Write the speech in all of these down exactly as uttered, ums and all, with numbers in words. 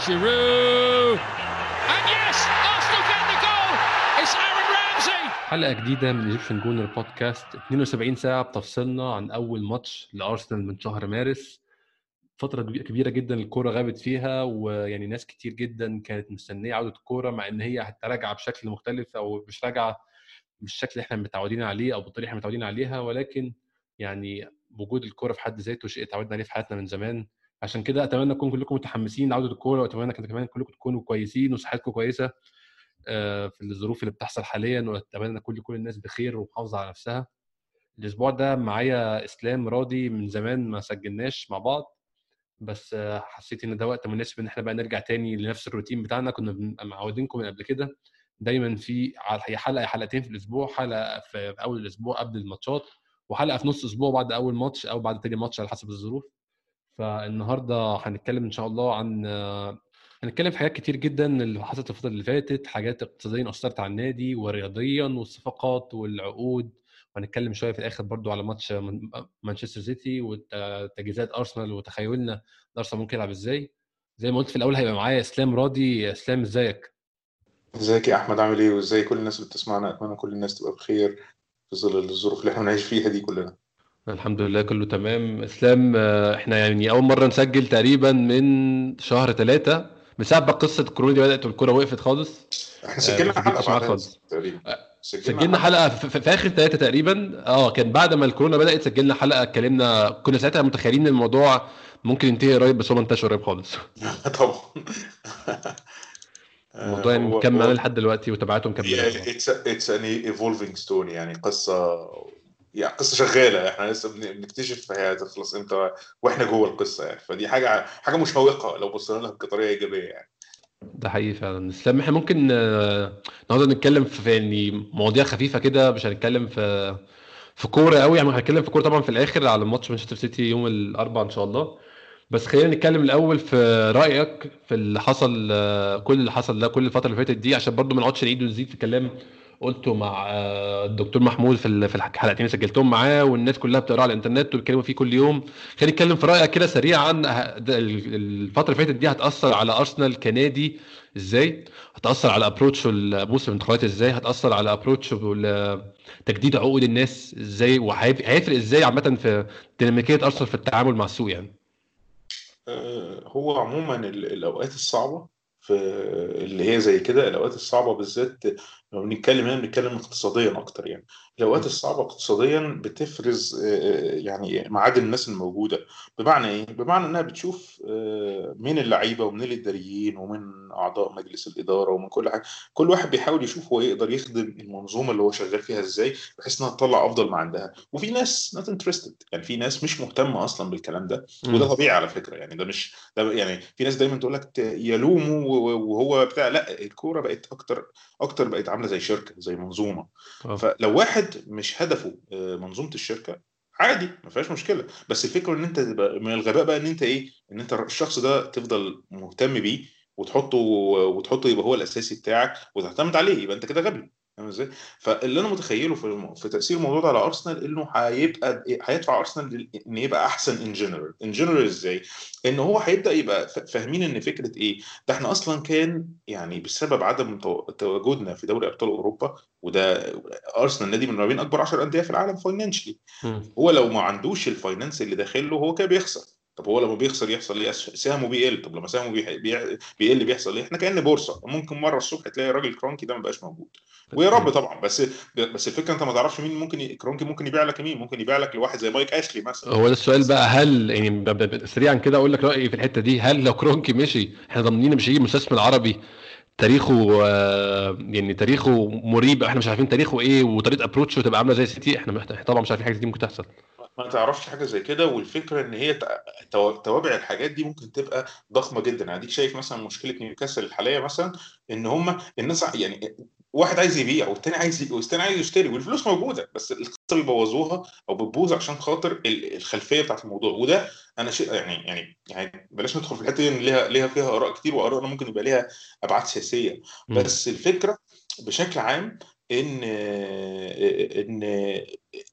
Giroud. And yes, Arsenal get the goal. It's Aaron Ramsey. حلقة جديدة من ايجيبشن جونر بودكاست. اثنين وسبعين ساعة بتفصلنا عن أول ماتش لأرسنال من شهر مارس. فترة كبيرة جدا الكورة غابت فيها، ويعني ناس كتير جدا كانت مستنية عودة الكورة، مع إن هي هتراجع بشكل مختلف أو مش راجعة بالشكل اللي احنا متعودين عليه أو بالطريقة اللي احنا متعودين عليها، ولكن يعني وجود الكورة في حد ذاته شيء اتعودنا عليه في حياتنا من زمان. عشان كده أتمنى تكون كلكم متحمسين لعودة الكورة، وأتمنى كمان كلكم تكونوا كويسين وصحتكم كويسة في الظروف اللي بتحصل حاليا، واتمنى كل كل الناس بخير ومحافظه على نفسها. الاسبوع ده معايا اسلام راضي، من زمان ما سجلناش مع بعض، بس حسيت ان ده وقت مناسب ان احنا بقى نرجع تاني لنفس الروتين بتاعنا. كنا معودينكم من قبل كده دايما في حلقه حلقتين في الاسبوع، حلقه في اول الاسبوع قبل الماتشات، وحلقه في نص اسبوع بعد اول ماتش او بعد تاني ماتش على حسب الظروف. فالنهارده هنتكلم ان شاء الله عن هنتكلم في حاجات كتير جدا اللي حصلت الفتره اللي فاتت، حاجات اقتصاديا اثرت على النادي ورياضيا والصفقات والعقود، وهنتكلم شويه في الاخر برضو على ماتش مانشستر سيتي وتجهيزات ارسنال وتخيلنا ارسنال ممكن يلعب ازاي. زي ما قلت في الاول هيبقى معايا اسلام راضي. اسلام ازيك؟ ازيك يا احمد، عامل ايه؟ وازاي كل الناس اللي بتسمعنا؟ اتمنى كل الناس تبقى بخير في ظل الظروف اللي احنا بنعيش فيها دي كلنا. الحمد لله كله تمام. اسلام، احنا يعني اول مره نسجل تقريبا من شهر ثلاثة بسبب قصه كورونا دي، بدات الكوره وقفت خالص. احنا سجلنا ما حلقه سجلتش معاك بعدها خالص. تقريبا. سجلنا سجلنا حلقه. حلقه في, في اخر ثلاثة تقريبا. اه كان بعد ما الكورونا بدات سجلنا حلقه اتكلمنا، كنا ساعتها متخيلين ان الموضوع ممكن ينتهي قريب، بس هو ما انتهاش قريب خالص. طبعا. الموضوع يعني هو مكمل هو لحد دلوقتي وتبعاته مكمله طبعا. اتس اتس ان ايفولفينج ستوري، يعني قصه، يعني قصه شغاله، احنا لسه بن- بنكتشف هي هتخلص امتى واحنا جوه القصه يعني. فدي حاجه حاجه مشوقه لو بصينا لها بطريقه ايجابيه يعني. ده حقيقي فعلا. اسلام، احنا ممكن آه، النهارده نتكلم في يعني مواضيع خفيفه كده، مش هنتكلم في في كوره قوي، يعني هنتكلم في كوره طبعا في الاخر على ماتش مانشستر سيتي يوم الاربعاء ان شاء الله. بس خلينا نتكلم الاول في رايك في اللي حصل، آه، كل اللي حصل ده كل الفتره اللي فاتت دي، عشان برضو ما نقعدش نعيد ونزيد في كلام قلته مع آه، الدكتور محمود في ال- في الحلقتين اللي سجلتهم معاه، والناس كلها بتقرا على الانترنت وبيتكلموا فيه كل يوم. خلينا نتكلم في رايك كده سريعا. ه- ده ال- الفتره اللي فاتت دي هتاثر على ارسنال كنادي ازاي؟ هتاثر على ابروتش موسم الانتقالات ازاي؟ هتاثر على ابروتش تجديد عقود الناس ازاي؟ وهيفرق ازاي عامه في ديناميكيه ارسنال في التعامل مع السوق يعني؟ آه، هو عموما ال- الاوقات الصعبه، في اللي هي زي كده الاوقات الصعبه بالذات، لو بنتكلم هنا بنتكلم اقتصاديا اكتر يعني. الاوقات الصعبه اقتصاديا بتفرز آه، آه، يعني معادن الناس الموجوده. بمعنى ايه؟ بمعنى انها بتشوف آه، من اللعيبه ومن الاداريين ومن اعضاء مجلس الاداره ومن كل حاجه، كل واحد بيحاول يشوف هو يقدر يخدم المنظومه اللي هو شغال فيها ازاي، بحيث انها تطلع افضل ما عندها. وفي ناس not interested، يعني في ناس مش مهتمه اصلا بالكلام ده. وده امم طبيعي على فكره، يعني ده مش ده يعني في ناس دايما تقول لك ت- يلوموا وهو بتاع. لا، الكوره بقت اكتر اكتر، بقت عامله زي شركه، زي منظومه. اه فلو واحد مش هدفه آه، منظومه الشركه، عادي ما فيهاش مشكله. بس الفكره ان انت تبقى من الغباء بقى ان انت ايه، ان انت الشخص ده تفضل مهتم بيه وتحطه وتحطه يبقى هو الاساسي بتاعك وتعتمد عليه، يبقى انت كده غبي. فاهم ازاي؟ فاللي انا متخيله في الم... في تاثير الموضوع ده على ارسنال، انه هيبقى هيدفع ارسنال لل- ان يبقى احسن ان جنرال. ان جنرال ازاي؟ ان هو هيبدا يبقى ف- فاهمين ان فكره ايه، ده احنا اصلا كان يعني بسبب عدم تو- تواجدنا في دوري ابطال اوروبا. وده ارسنال نادي من ما بين اكبر عشر انديه في العالم فاينانشلي. امم هو لو ما عندوش الفاينانس اللي داخل له هو كده بيخسر. طب هو لما بيخسر يحصل ايه؟ سهمه بيقل. طب لما سهمه بيح- بيع- بيقل بيحصل ايه؟ احنا كأن بورصه، ممكن مره الصبح تلاقي الراجل كرونكي ده ما بقاش موجود. ويا رب طبعا. بس بس الفكره انت ما تعرفش مين ممكن ي... كرونكي ممكن يبيع لك مين، ممكن يبيع لك لواحد زي مايك اشلي مثلا. هو ده السؤال بقى. هل يعني ب- ب- ب- سريعا كده اقول لك رايي في الحته دي، هل لو كرونكي مشي احنا ضامنين مش هيجي مستثمر عربي تاريخه آه، يعني تاريخه مريب، احنا مش عارفين تاريخه ايه وطريقه ابروتشه تبقى عامله زي سيتي؟ احنا محت- طبعا مش عارفين حاجه دي ممكن تحصل. ما تعرفش حاجه زي كده. والفكره ان هي ت- تو- توابع الحاجات دي ممكن تبقى ضخمه جدا. اديك شايف مثلا مشكله نيوكاسل الحاليه مثلا، ان هم الناس ع- يعني واحد عايز يبيع والتاني عايز والتاني عايز يشتري، والفلوس موجوده، بس القصه بيبوظوها او بتبوظ عشان خاطر ال- الخلفيه بتاعت الموضوع. وده انا شيء يعني يعني يعني بلاش ندخل في الحته دي، ان ليها ليها فيها اراء كتير، وارائنا ممكن يبقى ليها ابعاد سياسيه. امم بس الفكره بشكل عام ان ان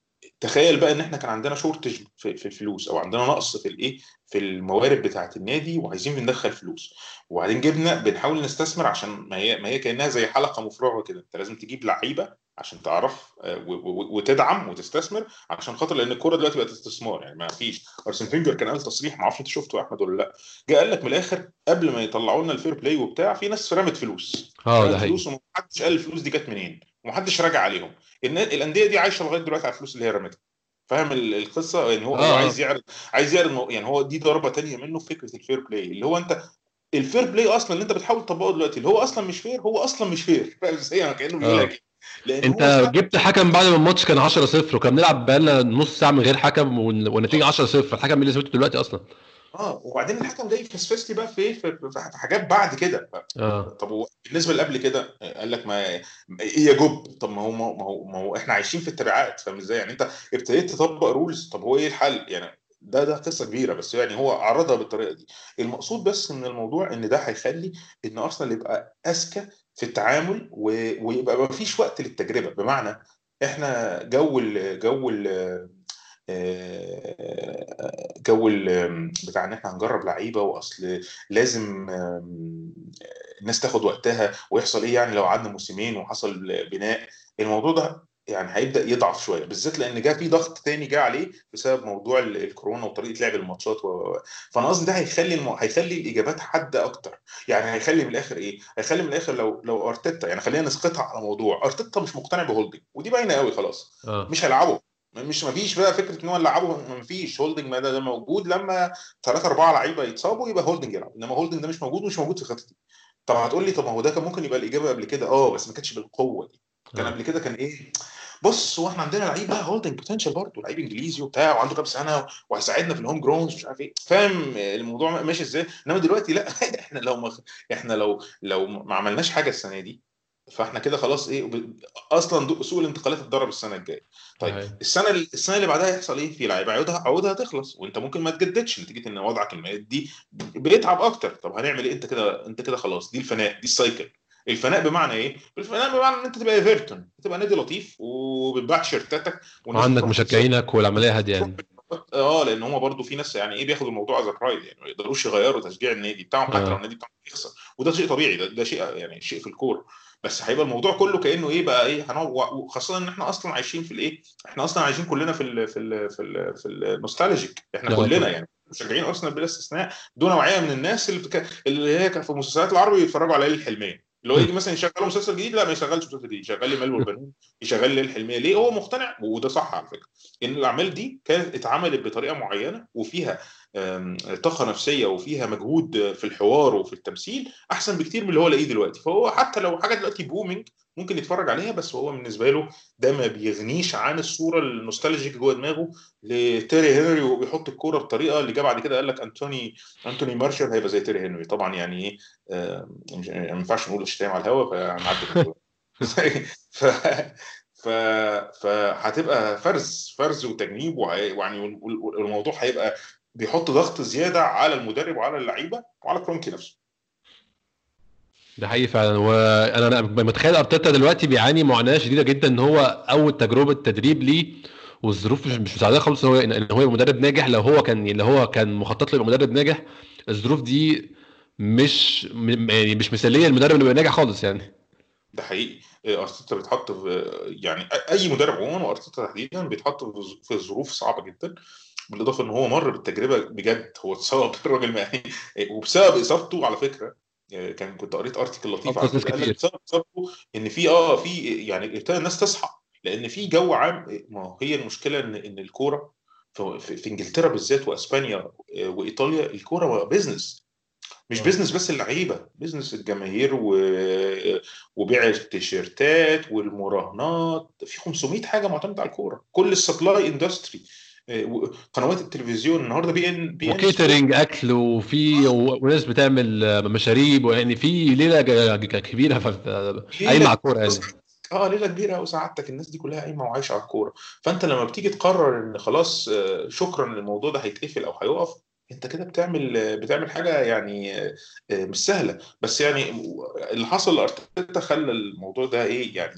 تخيل بقى ان احنا كان عندنا شورتج في, في الفلوس، او عندنا نقص في الايه، في الموارد بتاعه النادي، وعايزين بندخل فلوس، وبعدين جبنا بنحاول نستثمر، عشان ما هي ما هي كانها زي حلقه مفرغه كده. انت لازم تجيب لعيبه عشان تعرف آه، و- و- وتدعم وتستثمر، عشان خاطر لان الكوره دلوقتي بقت استثمار. يعني ما فيش، ارسن فينجر كان قال تصريح، ما اعرفش انت شفته يا احمد ولا لا، جه قال لك من الاخر قبل ما يطلعوا لنا الفير بلاي وبتاع، في ناس رمت فلوس، اه ده رمت حقيقي. فلوس ومحدش قال الفلوس دي جت منين، ومحدش راجع عليهم. النا- الانديه دي عايشه لغايه دلوقتي على الفلوس اللي هي رمتها. فاهم ال- القصه؟ يعني هو هو اه اه عايز يعرض، عايز يعرض مو- يعني هو دي ضربه تانية منه في فكره الفير بلاي، اللي هو انت الفير بلاي اصلا اللي انت بتحاول تطبقه دلوقتي، اللي هو اصلا مش فير، هو اصلا مش فير. فاهم ازاي؟ يعني كانه بيقول لك اه ايه، لان انت هو فعلا. جبت حكم بعد ما الماتش كان عشرة صفر، وكنا بنلعب بقالنا نص ساعه من غير حكم، والن- والنتيجه عشرة صفر. الحكم مين اللي ثبته دلوقتي اصلا؟ اه، وبعدين الحكم جاي يفسفس لي بقى في ايه، في, في, في حاجات بعد كده. ف- اه طب هو بالنسبه اللي قبل كده قال لك ما ايه يا جوب، طب ما هو ما هو ما هو احنا عايشين في التبعات. فاهم ازاي؟ يعني انت ابتديت تطبق رولز، طب هو ايه الحل يعني؟ ده ده قصه كبيره، بس يعني هو عرضها بالطريقه دي. المقصود بس من الموضوع ان ده هيخلي ان ارسنال يبقى اذكى في التعامل، و- ويبقى ما فيش وقت للتجربه. بمعنى احنا جو ال جو ال آه، جو ال- بتاع ان احنا هنجرب لعيبه، واصل لازم آم، الناس تاخد وقتها، ويحصل ايه يعني لو قعدنا موسمين وحصل بناء. الموضوع ده يعني هيبدا يضعف شويه، بالذات لان جه في ضغط تاني جه عليه بسبب موضوع ال- الكورونا وطريقه لعب الماتشات و... فانا قصدي ده هيخلي الم... هيخلي الاجابات حاده اكتر. يعني هيخلي من الاخر ايه، هيخلي من الاخر لو لو ارتيتا، يعني خلينا نسقطها على موضوع ارتيتا مش مقتنع بهولدنج، ودي باينه قوي خلاص، اه مش هيلعبه. مش، ما فيش بقى فكره ان هو يلعبه، ما فيش هولدنج. ما ده, ده موجود لما ثلاثة أربعة لعيبة يتصابوا يبقى هولدنج يلعب، إنما هولدنج ده مش موجود، ومش موجود في خطتي. طب هتقول لي طب ما هو ده كان ممكن يبقى الإجابة قبل كده، أه بس ما كانتش بالقوة دي. كان اه قبل كده كان إيه، بص هو احنا عندنا لعيب بقى هولدنج بوتنشال برضه، لعيب انجليزي وبتاع وعنده كام سنه وهيساعدنا في الهوم جرونز مش عارف ايه. فاهم الموضوع ماشي ازاي؟ انما دلوقتي لا. احنا لو ما احنا لو لو ما عملناش حاجه السنه دي، فاحنا كده خلاص ايه، وب- اصلا دو- سوق الانتقالات اتضرب السنه الجايه. ده طيب حقيقي. السنه السنه اللي بعدها هيحصل ايه؟ في لعيبه عقودها عقودها هتخلص، وانت ممكن ما تجددش نتيجه ان وضعك المادي بيتعب اكتر. طب هنعمل ايه؟ انت كده انت كده خلاص، دي الفناء، دي السايكل. الفناء بمعنى ايه؟ الفناء بمعنى ان انت تبقى ايفرتون، تبقى نادي لطيف وبتباع تيشيرتاتك، والناس وعندك بتروح تتصور. مشجعينك والعمليه هاديه تروح يعني. اه، لان هم برضو في ناس يعني ايه بياخدوا الموضوع از برايد، يعني ما يقدروش يغيروا تشجيع النادي بتاعهم حتى لو اه النادي بتاعهم بيخسر. وده شيء طبيعي، ده, ده شيء يعني شيء في الكوره. بس هيبقى الموضوع كله كانه ايه بقى، ايه هنقعد، وخاصه ان احنا اصلا عايشين في الايه، احنا اصلا عايشين كلنا في ال في ال في ال في النوستالجيك، احنا اه كلنا طبعا. يعني مشجعين ارسنال بلا استثناء، دون نوعيه من الناس اللي بتك... اللي هي كانت في المسلسلات العربي يتفرجوا على ليالي الحلميه، اللي هو يجي مثلا يشغلوا مسلسل جديد، لا ما يشغلش مسلسل جديد، يشغل لي مال والبنون، يشغل لي الحلميه. ليه؟ هو مقتنع، وده صح على فكره، ان الاعمال دي كانت اتعملت بطريقه معينه، وفيها آم، طاقه نفسيه، وفيها مجهود في الحوار وفي التمثيل احسن بكتير من اللي هو لاقيه دلوقتي. فهو حتى لو حاجه دلوقتي بومينج ممكن يتفرج عليها، بس هو بالنسبه له ده ما بيغنيش عن الصوره النوستالجيك جوه دماغه لتيري هنري، وبيحط الكوره بطريقه اللي جه بعد كده قال لك انتوني انتوني مارشال هيبقى زي تيري هنري. طبعا يعني ايه، آه، مش- ما ينفعش نقول الشتايم على الهواء، فهنعدي الموضوع. ف ف فهتبقى فرز فرز وتجنيب، وهي- ويعني وال- وال- الموضوع هيبقى بيحط ضغط زياده على المدرب وعلى اللعيبه وعلى كرونكي نفسه. ده حقيقي فعلا. وانا انا متخيل ارتيتا دلوقتي بيعاني معاناه شديده جدا، ان هو اول تجربه تدريب ليه، والظروف مش مش مساعده خالص ان هو ان هو يبقى مدرب ناجح. لو هو كان لو هو كان مخطط له يبقى مدرب ناجح، الظروف دي مش م- يعني مش مثاليه المدرب اللي يبقى ناجح خالص يعني. ده حقيقي. آه، ارتيتا بيتحط في، يعني اي مدرب عموما وارتيتا تحديدا بيتحط في ظ- في ظروف صعبه جدا، بالاضافه ان هو مر بالتجربه بجد، هو اتصاب الراجل ما يعني، وبسبب اصابته على فكره. آه، كان كنت قريت ارتيكل لطيف على انقذ ناس كده، قال لك كتير. بسبب اصابته ان في اه في يعني ابتدى الناس تصحى، لان في جو عام. ما هي المشكله ان ان الكوره في, في, في انجلترا بالذات واسبانيا آه، وايطاليا، الكوره بيزنس. مش اه بيزنس بس اللعيبه، بيزنس الجماهير و... وبيع التيشيرتات والمراهنات، في خمسمائة حاجه معتمده على الكوره، كل السبلاي اندستري، قنوات التلفزيون النهارده بي ان بي ان سبورت. وكيترينج اكل، وفي و- وناس بتعمل آه، مشاريب، ويعني في ليله ج- ج- كبيره ف- ف- قايمه على ليله الكوره يعني. وسعادتك. اه ليله كبيره وسعادتك، الناس دي كلها قايمه وعايشه على الكوره. فانت لما بتيجي تقرر ان خلاص آه، شكرا الموضوع ده هيتقفل او هيقف، انت كده بتعمل آه، بتعمل حاجه يعني آه، آه، مش سهله. بس يعني اللي حصل لارتيتا خلى الموضوع ده ايه يعني،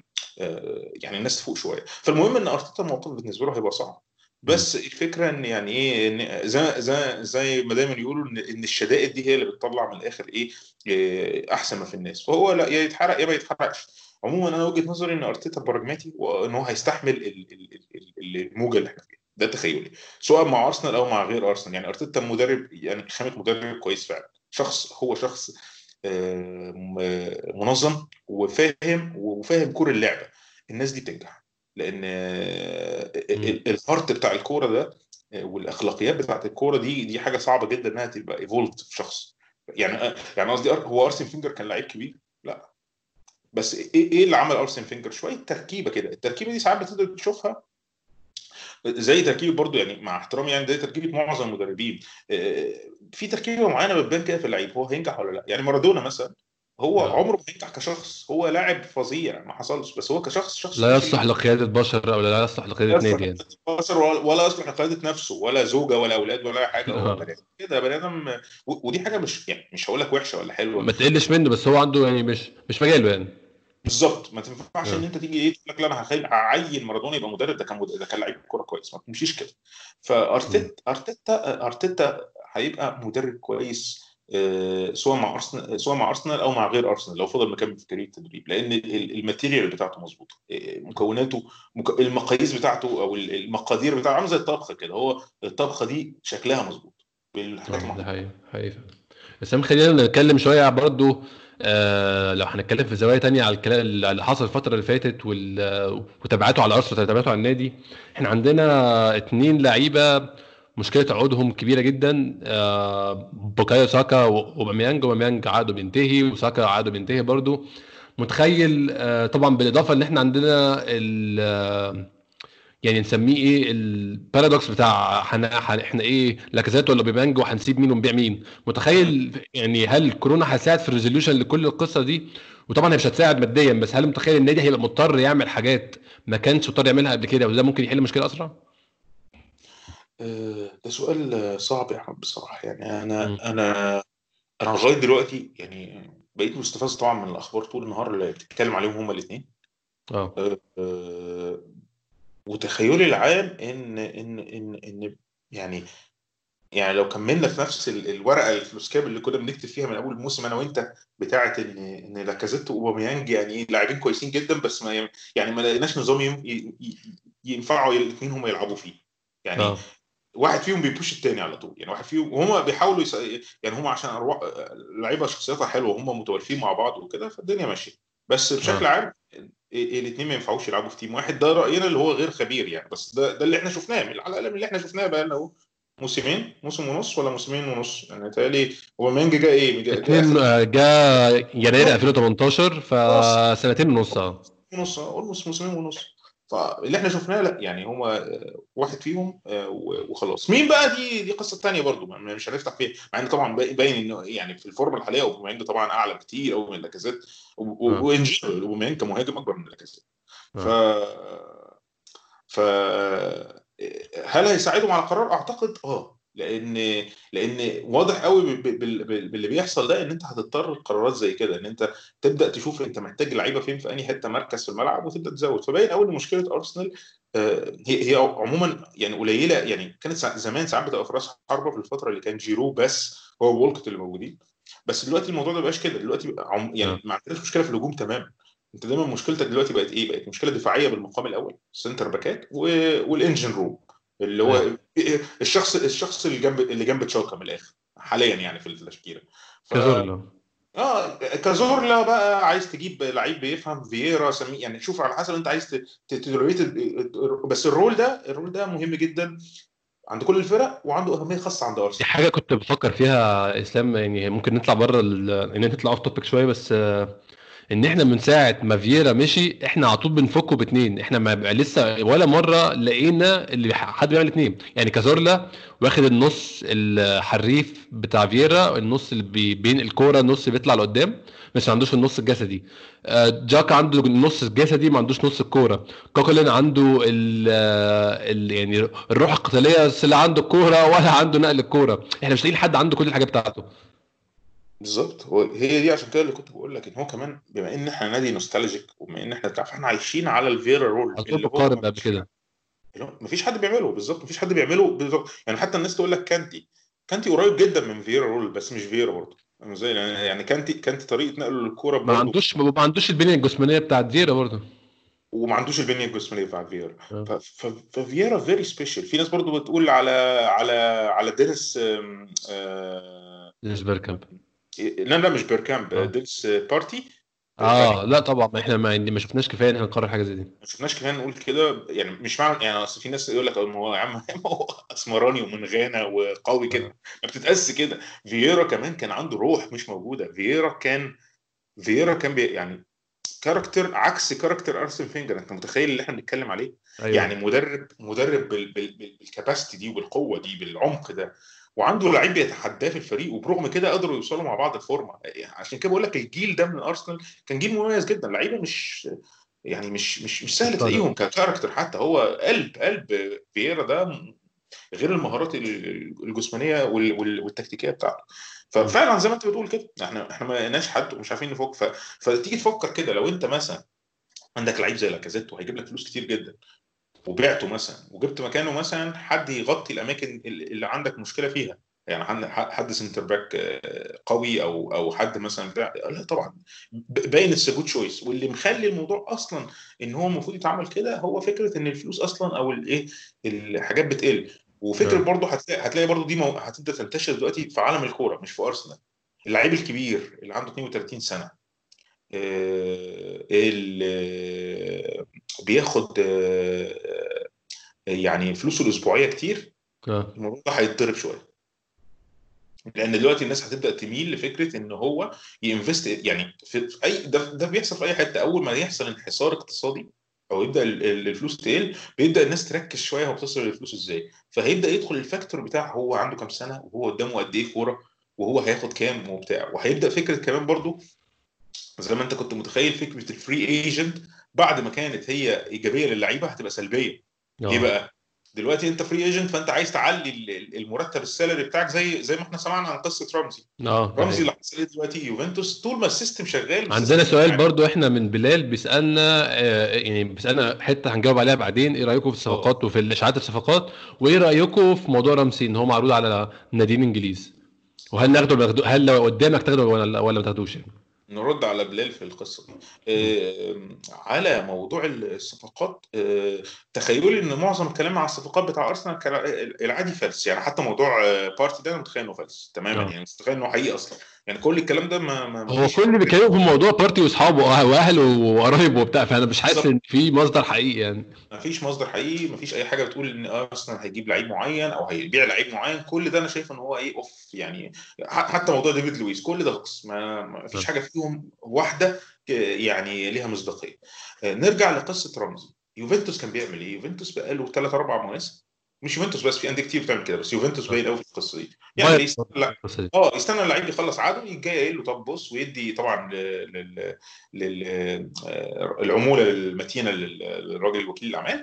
يعني الناس تفوق شويه. فالمهم ان ارتيتا الموضوع بالنسبه له هيبقى صعب، بس الفكره ان يعني ايه، ان زي زي زي ما دايما يقولوا ان ان الشدائد دي هي اللي بتطلع من الاخر ايه, إيه احسن ما في الناس. فهو لا، يا يتحرق يا ما يتحرقش. عموما انا وجهه نظري ان ارتيتا براجماتي، وان هو هيستحمل ال- ال- ال- الموجه اللي احنا فيها. ده تخيلي، سواء مع ارسنال او مع غير ارسنال. يعني ارتيتا مدرب، يعني خامه مدرب كويس فعلا، شخص هو شخص آه، م- منظم وفاهم وفاهم كور اللعبه. الناس دي بتنجح لان آه، مم. ال- الهارت بتاع الكوره ده آه، والاخلاقيات بتاعت الكوره دي دي حاجه صعبه جدا انها تبقى ايفولد في شخص. يعني آه، يعني قصدي أر- هو ارسن فينجر كان لعيب كبير؟ لا. بس ايه ايه اللي عمل ارسن فينجر؟ شويه تركيبه كده. التركيبه دي ساعات بتقدر تشوفها زي تركيبه برضو، يعني مع احترامي، يعني زي تركيبه معظم المدربين. آه، في تركيبه معينه بتبان كده في اللعيب هو هينجح ولا لا. يعني مارادونا مثلا، هو آه. عمره ما هينجح كشخص، هو لاعب فظيع ما حصلش، بس هو كشخص شخص لا فاشل يصلح جدا. لقيادة بشر او لا يصلح لا لقيادة يصلح نادي يعني. للبشر ولا ولا يصلح لقياده نفسه ولا زوجه ولا اولاد ولا اي حاجه. هو آه. بني آدم كده، بني ادم. و- ودي حاجه مش، يعني مش هقول لك وحشه ولا حلوه، ما بس تقلش منه، بس هو عنده يعني مش مش مجاله يعني. بالظبط ما تنفعش ان آه. انت تيجي ايه تقول لك لا انا هخلي هعين مارادونا يبقى مدرب. ده كان مد... ده كان لعيب كوره كويس، ما تمشيش كده. مم. فارتيتا ارتيتا ارتيتا هيبقى مدرب كويس آه، سواء مع ارسنال سواء مع ارسنال او مع غير ارسنال، لو فضل مكمل في كارير التدريب، لان ال- الماتيريال بتاعته مظبوطه. آه، مكوناته مك... المقاييس بتاعته او ال- المقادير بتاعته عامله زي الطبخه كده. هو الطبخه دي شكلها مظبوط بالحاجات اه ده المحطوطه. حقيقي حقيقي فعلا. بس هم خلينا نتكلم شوية برضو. آه لو هنتكلم في زوايا تانية على الكلام اللي حصل الفترة اللي فاتت وال- وتبعاته على أرسنال وتبعاته على النادي. احنا عندنا اتنين لعيبة مشكلة عقودهم كبيرة جدا. آه بوكايو ساكا وأوباميانج. أوباميانج عقده بينتهي وساكا عقده بينتهي برضو. متخيل آه طبعا بالإضافة إن احنا عندنا ال- يعني نسميه ايه البارادوكس بتاع حنا حن- احنا ايه لاكازيت ولا بيبانج وهنسيب مين ونبيع مين. متخيل يعني هل كورونا هتساعد في الريزوليوشن لكل القصه دي؟ وطبعا هي مش هتساعد ماديا، بس هل متخيل النادي هيبقى مضطر يعمل حاجات ما كانش مضطر يعملها قبل كده، وده ممكن يحل مشكله اسرع؟ آه، ده سؤال آه، صعب يا احمد بصراحه. يعني انا امم. انا انا لغايه دلوقتي يعني بقيت مستفز طبعا من الاخبار طول النهار اللي بتتكلم عليهم هما الاثنين. اه. وتخيلي العام ان ان ان ان يعني يعني لو كملنا في نفس ال- الورقه الفلوسكاب اللي كنا بنكتب فيها من اول الموسم انا وانت، بتاعه ان ان لاكازيت واوباميانج يعني ايه لاعبين كويسين جدا، بس ما يعني ما لقيناش نظام ين- ي- ي- ينفعوا الاثنين هم يلعبوا فيه. يعني اه. واحد فيهم بيبوش التاني على طول. يعني واحد فيهم وهم بيحاولوا يس... يعني هم عشان أرواح... لعيبه شخصياتها حلوه وهم متوالفين مع بعض وكده، فالدنيا ماشيه. بس بشكل اه. عام الاثنين ما ينفعوش يلعبوا في تيم واحد. ده راينا اللي هو غير خبير يعني، بس ده ده اللي احنا شفناه من- على الاقل من اللي احنا شفناه بقى له موسمين، موسم ونص ولا موسمين ونص يعني. تالي هو مانج جاء ايه جاء, جاء اتنين اخر آه، جا يناير ألفين وتمنتاشر، خلاص فسنتين ونص. اه. ونص، اولموست موسمين ونص. فاللي احنا شفناه لا، يعني هو واحد فيهم آه، وخلاص. مين بقى؟ دي دي قصه ثانيه برضو مش هنفتح فيها، مع ان طبعا باين انه يعني في الفورمه الحاليه اوباميانج طبعا اعلى بكتير قوي من لاكازيت. اه. وان جنرال اوباميانج كمهاجم اكبر من لاكازيت. ف اه. ف هل هيساعدهم على القرار؟ اعتقد اه، لان لان واضح قوي ب- ب- بال- باللي بيحصل ده ان انت هتضطر القرارات زي كده، ان انت تبدا تشوف انت محتاج لعيبه فين في انهي حته مركز في الملعب وتبدا تزود. فباين قوي ان مشكله ارسنال آه، هي هي عموما يعني قليله. يعني كانت سا- زمان ساعات بتبقى في راس حربه في الفتره اللي كان جيرو بس هو وولكت اللي موجودين. بس دلوقتي الموضوع ده بقاش كده. دلوقتي بقى عم اه. يعني ما عندناش مشكله في الهجوم تماما. انت دايما مشكلتك دلوقتي بقت ايه؟ بقت مشكله دفاعيه بالمقام الاول، سنتر باكات و- والانجن روم اللي ايوه. هو الشخص الشخص اللي جنب اللي جنب تشاكا من الاخر حاليا يعني في التشكيله. ف كازورلا. اه كازورلا بقى عايز تجيب لعيب بيفهم فييرا سمي، يعني شوف على حسب انت عايز ت- ت- تدريت. بس الرول ده الرول ده مهم جدا عند كل الفرق وعنده اهميه خاصه عند دي ارسنال. حاجة كنت بفكر فيها اسلام، يعني ممكن نطلع بره ال- ان نطلع اوف توبيك شوية، بس آه، ان احنا من ساعة ما فييرا مشي احنا على طول بنفكه باتنين. احنا ما بقى لسه ولا مرة لقينا اللي ح- حد بيعمل اتنين. يعني كازورلا واخد النص الحريف بتاع فييرا، النص اللي بي- بين الكورة، النص اللي بيطلع لقدام، بس ما عندوش النص الجسدي. آه، جاكا عنده النص الجسدي ما عندوش نص الكورة. كوكولين عنده ال ال يعني الروح القتالية، بس لا عنده الكورة ولا عنده نقل الكورة. احنا مش لاقيين حد عنده كل الحاجات بتاعته. بالظبط. هو هي دي عشان كده اللي كنت بقول لك ان هو كمان بما ان احنا نادي نوستالجيك وبما ان احنا بتاع فاحنا عايشين على الفيرا رول على طول اللي هو بقارن ما قبل فيش كده. اللي هو ما فيش حد بيعمله بالظبط، ما فيش حد بيعمله بالظبط. يعني حتى الناس تقول لك كانتي كانتي قريب جدا من فيرا رول بس مش فيرا برضه. فاهم ازاي؟ يعني يعني كانتي كانتي طريقه نقله للكوره ما برضه، عندوش ما عندوش البنيه الجسمانيه بتاعت فيرا برضه. وما عندوش البنيه الجسمانيه بتاع فييرا. اه. ف- ف- ففييرا فيري سبيشال. في ناس برضو بتقول على على على دينيس آم، آه، دينيس بيركامب. لا لا مش بيركامب، اه. دينيس بارتي. غريب. اه لا طبعا، ما احنا ما, ما شفناش كفايه ان احنا نقرر حاجه زي دي. ما شفناش كمان نقول كده، يعني مش معنى يعني اصل في ناس يقول لك ما هو يا عم هو اسمراني ومن غانا وقوي كده، اه. ما بتتقاس كده. فييرا كمان كان عنده روح مش موجوده. فييرا كان فييرا كان بي يعني كاركتر عكس كاركتر ارسن فينجر. انت متخيل اللي احنا بنتكلم عليه؟ ايوه. يعني مدرب مدرب بال بال بال- بالكاباسيتي دي وبالقوه دي بالعمق ده، وعنده لعيب بيتحداه في الفريق، وبرغم كده قدروا يوصلوا مع بعض الفورمه. يعني عشان كده بقول لك الجيل ده من ارسنال كان جيل مميز جدا. لعيبه مش يعني مش مش مش سهل مقتنع. تلاقيهم ككاركتر. حتى هو قلب قلب فييرا ده غير المهارات ال- الجسمانيه وال- وال- والتكتيكيه بتاعته. مم. ففعلا زي ما انت بتقول كده احنا احنا ما لقيناش حد ومش عارفين نفك. ف... فتيجي تفكر كده لو انت مثلا عندك لعيب زي لاكازيت وهيجيب لك فلوس كتير جدا، وبعته مثلا وجبت مكانه مثلا حد يغطي الاماكن اللي اللي عندك مشكله فيها، يعني حد حد سنتر باك آه، قوي او او حد مثلا بتاع، لا طبعا ب- باين اتس جود تشويس. واللي مخلي الموضوع اصلا ان هو المفروض يتعمل كده هو فكره ان الفلوس اصلا او الايه الحاجات بتقل. وفكره اه. برضه هتلاقي هتلاقي برضه دي مو... هتبدا تنتشر دلوقتي في عالم الكوره مش في ارسنال. اللعيب الكبير اللي عنده اثنين وثلاثين سنه آه، اللي بياخد آه، يعني فلوسه الاسبوعيه كتير، اه. الموضوع ده هيتضرب شويه. لان دلوقتي الناس هتبدا تميل لفكره ان هو ينفست. يعني في في اي ده, ده بيحصل في اي حته. اول ما يحصل انحسار اقتصادي او يبدا ال- ال- الفلوس تقل بيبدا الناس تركز شويه هو بتصرف الفلوس ازاي. فهيبدا يدخل الفاكتور بتاع هو عنده كام سنه وهو قدامه قد ايه كوره وهو هياخد كام وبتاع. وهيبدا فكره كمان برضو زي ما انت كنت متخيل فكره الفري ايجنت بعد ما كانت هي ايجابيه للعيبه هتبقى سلبيه. ليه اه. بقى؟ دلوقتي انت فري ايجنت فانت عايز تعلي ال- ال- المرتب السالري بتاعك زي زي ما احنا سمعنا عن قصه رمزي. اه. ده رمزي حقيقي. اللي حصل إيه دلوقتي يوفنتوس طول ما السيستم شغال عندنا والسيستم سؤال يعني برضو احنا من بلال بيسالنا، آه يعني بيسالنا حته هنجاوب عليها بعدين، ايه رايكم في اه الصفقات وفي الاشاعات الصفقات، وايه رايكم في موضوع رمسي ان هو معروض على ناديين انجليز، وهل ناخده ولا ناخده- هل لو قدامك تاخده ولا ولا ما تاخدوش يعني. نرد على بلال في القصه دي. آه، على موضوع الصفقات، آه، تخيلوا لي ان معظم الكلام على الصفقات بتاع ارسنال كان العادي فلس. يعني حتى موضوع آه، بارتي ده انا متخيل انه فلس تماما، اه. يعني مش متخيل انه حقيقي اصلا. يعني كل الكلام ده ما ما ما هو فيش كل اللي حد بيتكلموا في الموضوع بارتي واصحابه وأه- واهله وقرايبه وبتاع، فانا مش حاسس بالظبط. ان في مصدر حقيقي يعني. ما فيش مصدر حقيقي، ما فيش اي حاجه بتقول ان ارسنال هيجيب لعيب معين او هيبيع لعيب معين. كل ده انا شايف ان هو ايه اوف يعني. ح- حتى موضوع ديفيد لويس كل ده هوكس. ما, ما فيش اه. حاجه فيهم واحده ك- يعني ليها مصداقيه. آه، نرجع لقصه رمزي. يوفنتوس كان بيعمل ايه؟ يوفنتوس بقاله ثلاث اربع مواسم، مش يوفنتوس بس، في انديه كتير بتعمل كده بس يوفنتوس آه. باين قوي في القصه دي. يعمل بايرن ايه؟ يستنى برضه في لا القصه دي. اه يستنى اللعيب يخلص عقده يجي جاي قايل له طب بص، ويدي طبعا لل... لل... لل... آه، العموله المتينه لل- للراجل وكيل الاعمال،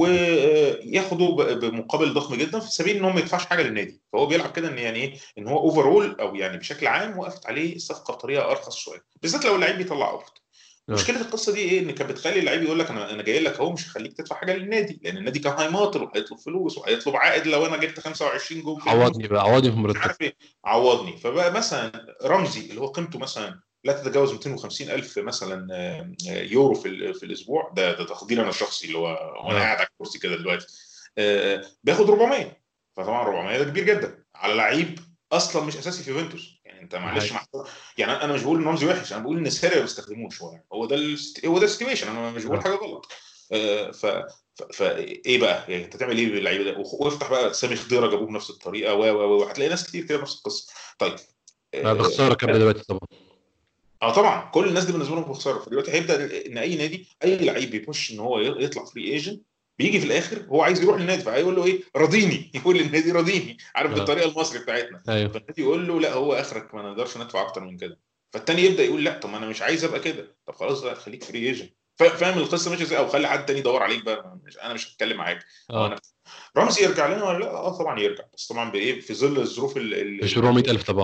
وياخدوا ب- بمقابل ضخم جدا في سبيل ان هو ما يدفعش حاجه للنادي. فهو بيلعب كده ان يعني ايه ان هو اوفرول او يعني بشكل عام وقفت عليه الصفقه بطريقه ارخص شويه بالذات لو اللعيب بيطلع اوفر. اه. مشكله القصه دي ايه؟ ان كانت بتخلي اللعيب يقول لك انا انا جاي لك اهو مش هخليك تدفع حاجه للنادي، لان النادي كان هيماطل وهيطلب فلوس وهيطلب عائد لو انا جبت خمسة وعشرين جول في الموسم عوضني بقى، عوضني في مش مرتب. عارف ايه. عوضني. فبقى مثلا رمزي اللي هو قيمته مثلا لا تتجاوز مئتين وخمسين الف مثلا آه، آه، يورو في ال- في الاسبوع. ده ده تقدير انا الشخصي اللي هو وانا اه. قاعد على الكرسي كده دلوقتي. آه، بياخد اربعمية. فطبعا اربعمية ده كبير جدا على لعيب اصلا مش اساسي في يوفنتوس. يعني انت ده معلش حقيقي. مع يعني انا مش بقول ان رمزي وحش، انا بقول ان ساري ما بيستخدموش. هو يعني هو ده الست... هو ده السيتويشن. انا مش بقول اه. حاجه غلط. آه، ف ف- فايه بقى يعني انت تعمل ايه باللعيبه ده؟ وخ- وافتح بقى سامي خضيره جابوه بنفس الطريقه و و و هتلاقي ناس كتير كده نفس القصه. طيب بقى اه بخساره كام دلوقتي طبعا. آه طبعا كل الناس دي بالنسبه لهم بخساره. فدلوقتي هيبدا ان اي نادي اي لعيب بيخش ان هو يطلع فري ايجنت بيجي في الاخر هو عايز يروح للنادي فهيقول له ايه راضيني يقول للنادي راضيني عارف اه. بالطريقه المصري بتاعتنا. ايوه. فالنادي يقول له لا هو اخرك ما نقدرش ندفع اكتر من كده. فالتاني يبدا يقول لا طب ما انا مش عايز ابقى كده. طب خلاص بقى خليك فري ايجنت. فاهم القصه ماشيه ازاي؟ او خلي حد تاني يدور عليك بقى. مش انا مش هتكلم معاك. او اه. انا رمزي يرجع لنا ولا لا؟ اه طبعا يرجع بس طبعا بايه في ظل الظروف ال- ال- مش ال- أربعمية الف طبعا.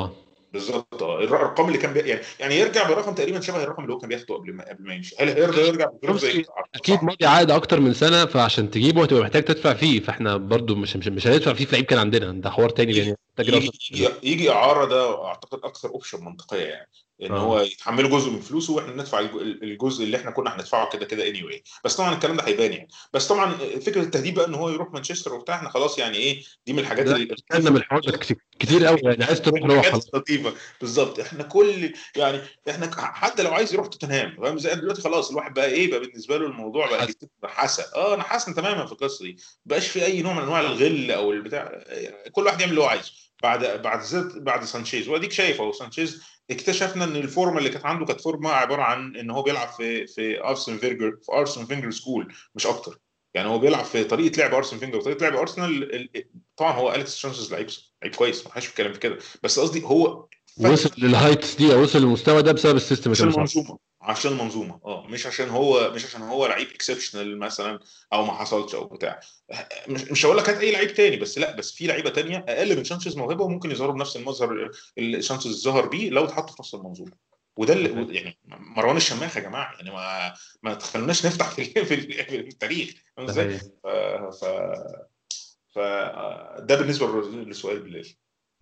بالظبط. اه الارقام اللي كان بي... يعني يعني يرجع برقم تقريبا شبه الرقم اللي هو كان بياخده قبل ما قبل ما يمشي. هل هيرجع يرجع بظروف زي شومسكي كده؟ اكيد صعب. ماضي عقد اكتر من سنه، فعشان تجيبه هتبقى محتاج تدفع فيه، فاحنا برضو مش مش, مش هندفع فيه في لعيب كان عندنا، ده حوار تاني يعني يجي محتاج يجي رأس يجي, مال. يجي اعاره، ده اعتقد اكثر اوبشن منطقيه يعني، ان اه هو يتحملوا جزء من فلوسه واحنا ندفع الج- الجزء اللي احنا كنا هندفعه كده كده اني anyway. بس طبعا الكلام ده هيبان يعني. بس طبعا فكره التهديد بقى ان هو يروح مانشستر وبتاع، احنا خلاص يعني ايه، دي من الحاجات ده استنى اللطيفه. من الحوار ده كتير كتير قوي يعني، عايز تروح روح الحاجات خلاص. اللطيفه بالظبط. احنا كل يعني احنا ك- حتى لو عايز يروح توتنهام فاهم ازاي، دلوقتي خلاص الواحد بقى ايه بقى بالنسبه له الموضوع بقى حاسس. جد- نحاسه. اه نحاسه تماما في القصه دي. بقاش في اي نوع من انواع الغل او البتاع، كل واحد يعمل اللي هو عايزه. بعد بعد زيت بعد سانشيز، واديك شايف اهو سانشيز اكتشفنا ان الفورمه اللي كانت عنده كانت فورمه عباره عن ان هو بيلعب في في ارسن فينجر في ارسن فينجر سكول مش اكتر. يعني هو بيلعب في طريقه لعب ارسن فينجر وطريقه لعب ارسنال. ال- ال- طبعا هو اليكس سانشيز لعيب لعيب كويس، ما حدش بيتكلم في كده. بس قصدي هو وصل فتح للهايتس دي او وصل للمستوى ده بسبب السيستم اللي كان عشان ماشي عليه. المنظومه، عشان المنظومه اه مش عشان هو مش عشان هو لعيب اكسبشنال مثلا او ما حصلش او بتاع. مش مش هقول لك هات اي لعيب تاني، بس لا، بس في لعيبه تانيه اقل من سانشيز موهبه وممكن يظهروا بنفس المظهر اللي سانشيز ظهر بيه لو اتحطوا في نفس المنظومه. وده اللي يعني مروان الشماخ يا جماعه، يعني ما ما تخلوناش نفتح في في في التاريخ فاهم ده ازاي. حقيقي. ف ف ف ده بالنسبه للسؤال بالليل.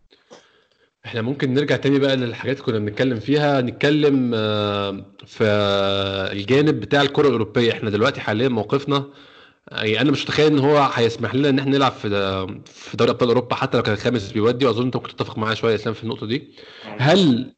احنا ممكن نرجع تاني بقى للحاجات اللي كنا بنتكلم فيها، نتكلم آه، في الجانب بتاع الكرة الأوروبية. احنا دلوقتي حاليا موقفنا، يعني انا مش متخيل ان هو هيسمح لنا ان احنا نلعب في في دوري ابطال اوروبا حتى لو كان الخامس بيودي، واظن انت ممكن تتفق معايا شويه يا اسلام في النقطه دي. هل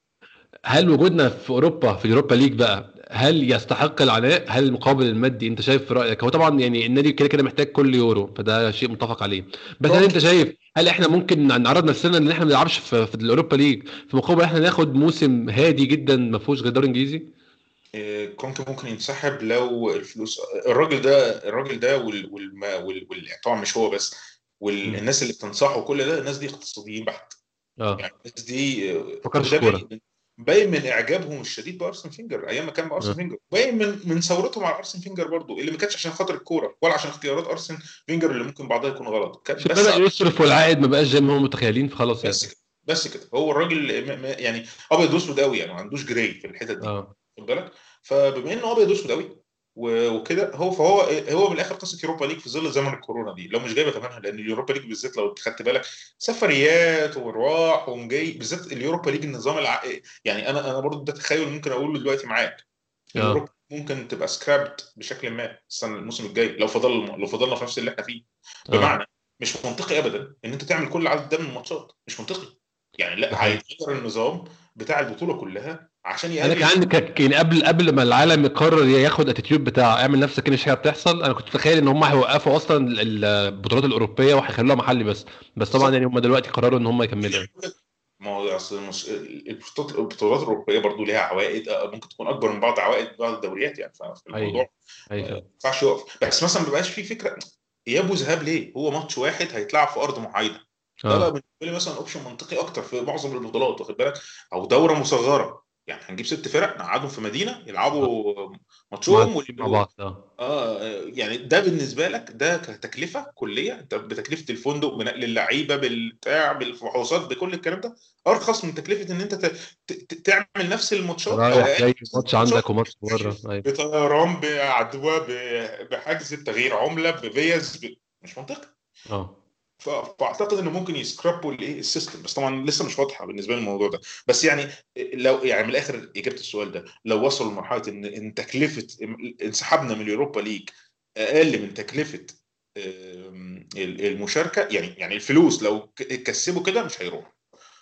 هل وجودنا في اوروبا في اليوروبا ليج بقى هل يستحق العناء؟ هل المقابل المادي انت شايف في رايك؟ هو طبعا يعني النادي كده كده محتاج كل يورو، فده شيء متفق عليه. بس هل انت شايف هل احنا ممكن نعرض نفسنا ان احنا ما نلعبش في, في الاوروبا ليج في مقابل احنا ناخد موسم هادي جدا ما فيهوش غير دوري انجليزي؟ إيه، كونتي ممكن ينسحب لو الفلوس. الراجل ده الراجل ده وال... وال... وال... وال... طبعا مش هو بس، مم. والناس اللي بتنصحه كل ده الناس دي اقتصاديين بحت. اه يعني الناس دي آه، فكرش في وده كوره. باين باين من اعجابهم الشديد بارسن فينجر ايام ما كان بارسن اه فينجر، باين من من ثورتهم على ارسن فينجر برضو، اللي ما كانتش عشان خاطر الكوره ولا عشان اختيارات ارسن فينجر اللي ممكن بعضها يكون غلط، كان عشان بس بدأ يصرف والعائد ما بقاش زي ما هم متخيلين، فخلاص بس يعني. كده. بس كده هو الراجل م- م- يعني ابيض واسود قوي يعني، ما عندوش جراي في الحتت دي اه خد بالك. فبما انه ابيض واسود قوي و- وكده، هو فهو هو من الاخر قصه يوروبا ليج في ظل زمن الكورونا دي لو مش جايبه ثمنها، لان اليوروبا ليج بالذات لو خدت بالك سفريات ومروح ومجاي، بالذات اليوروبا ليج النظام الع... يعني انا انا برضو ده تخيل ممكن اقوله دلوقتي معاك. اه اليوروبا ممكن تبقى سكرابت بشكل ما السنه الموسم الجاي لو فضل لو فضلنا في نفس اللي احنا فيه. اه بمعنى مش منطقي ابدا ان انت تعمل كل العدد ده من الماتشات، مش منطقي. يعني ده لا، حقيقي. هيتغير النظام بتاع البطوله كلها عشان انا يقلل. كان عندي ك- يعني قبل قبل ما العالم يقرر ياخد اتيتيود بتاع اعمل نفسك ان مش حاجه بتحصل، انا كنت متخيل ان هم هيوقفوا اصلا ال- البطولات الاوروبيه وهيخلوها محلي بس. بس طبعا بالظبط. يعني هم دلوقتي قرروا ان هم يكملوا يعني. ما هو اصل المس- البطولات البطولات الاوروبيه برضو ليها عوائد، آه، ممكن تكون اكبر من بعض عوائد بعض الدوريات يعني، اي فالموضوع اي آه، ما فعلا. ينفعش يقف. بس مثلا ما بيبقاش في فكره اياب وذهاب ليه، هو ماتش واحد هيتلعب في ارض محايده. ده بقى اه بالنسبه لي مثلا اوبشن منطقي اكتر في معظم البطولات واخد بالك. او دوره مصغره، يعني هنجيب ست فرق نقعدهم في مدينه اه يلعبوا ماتشهم معزين مع وال- بعض اه. اه يعني ده بالنسبه لك ده كتكلفه كليه، انت بتكلفه الفندق بنقل اللعيبه بالبتاع بالفحوصات بكل الكلام ده ارخص من تكلفه ان انت ت- ت- تعمل نفس الماتشات او رايح اقل جاي من ماتش الماتشات عندك وماتش بره اي. بطيران بعدوى ب- بحجز بتغيير عمله بفيز ب... مش منطقي. اه ف- فاعتقد انه ممكن يسكرابوا الايه السيستم، بس طبعا لسه مش واضحه بالنسبه لي الموضوع ده. بس يعني لو يعني من الاخر اجابه السؤال ده، لو وصلوا لمرحله ان ان تكلفه انسحابنا من اليوروبا ليج اقل من تكلفه آم، المشاركه، يعني يعني الفلوس لو ك- كسبوا كده مش هيروح.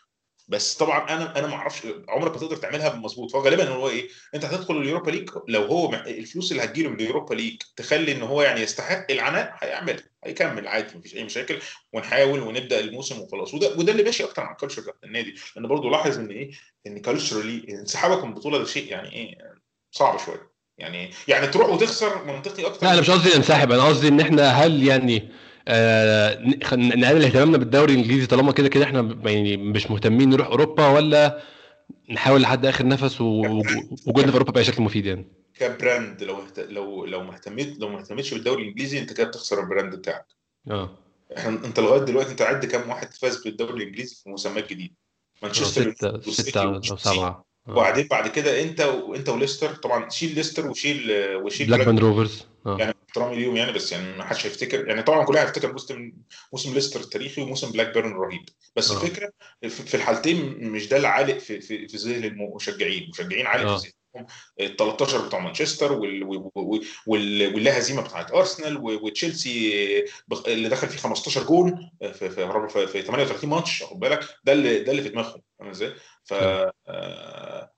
بس طبعا انا انا ما اعرفش عمرك ما تقدر تعملها مظبوط، فغالبا هو ايه، انت هتدخل اليوروبا ليج لو هو مع- الفلوس اللي هتجيله من اليوروبا ليج تخلي ان هو يعني يستحق العناء هيعملها هيكمل عادي مفيش اي مشاكل، ونحاول ونبدا الموسم وخلاص. وده وده اللي ماشي اكتر عن الكالتشر بتاعت النادي، لان برضو لاحظ ان ايه، ان كالتشرالي انسحابك من البطوله ده شيء يعني ايه صعب شويه. يعني يعني تروح وتخسر منطقي اكتر لا انا من مش قصدي ننسحب، انا قصدي ان احنا هل يعني آه ن- خ- نقلل اهتمامنا بالدوري الانجليزي طالما كده كده احنا ب- يعني مش مهتمين نروح اوروبا، ولا نحاول لحد اخر نفس ووجودنا في كبراند اوروبا باي شكل مفيد يعني. كبراند لو اهت... لو لو ما اهتميت لو ما اهتمتش بالدوري الانجليزي انت كده بتخسر البراند بتاعك. اه احنا انت لغايه دلوقتي انت عد كام واحد فاز بالدوري الانجليزي في مسميات جديده؟ مانشستر ستة يونايتد ستة والسيتي أو وتشيلسي. سبعة. اه وبعدين بعد كده انت وانت وليستر، طبعا شيل ليستر وشيل وشيل بلاك بلاك، بان روفرز. اه يعني احترامي ليهم يعني، بس يعني ما حدش هيفتكر يعني، طبعا كلنا هيفتكر موسم موسم ليستر التاريخي وموسم بلاك بيرن الرهيب. بس اه الفكره في في الحالتين مش ده اللي عالق في في في ذهن المشجعين. المشجعين عالق في اه ذهنهم ال تلتاشر بتوع مانشستر وال وال وال واللا هزيمه بتاعت ارسنال و- وتشيلسي بخ- اللي دخل فيه خمستاشر جون في في في, في ثمانية وثلاثين ماتش، واخد بالك؟ ده اللي ده اللي في دماغهم، فاهم ازاي؟ ف ايوه آه،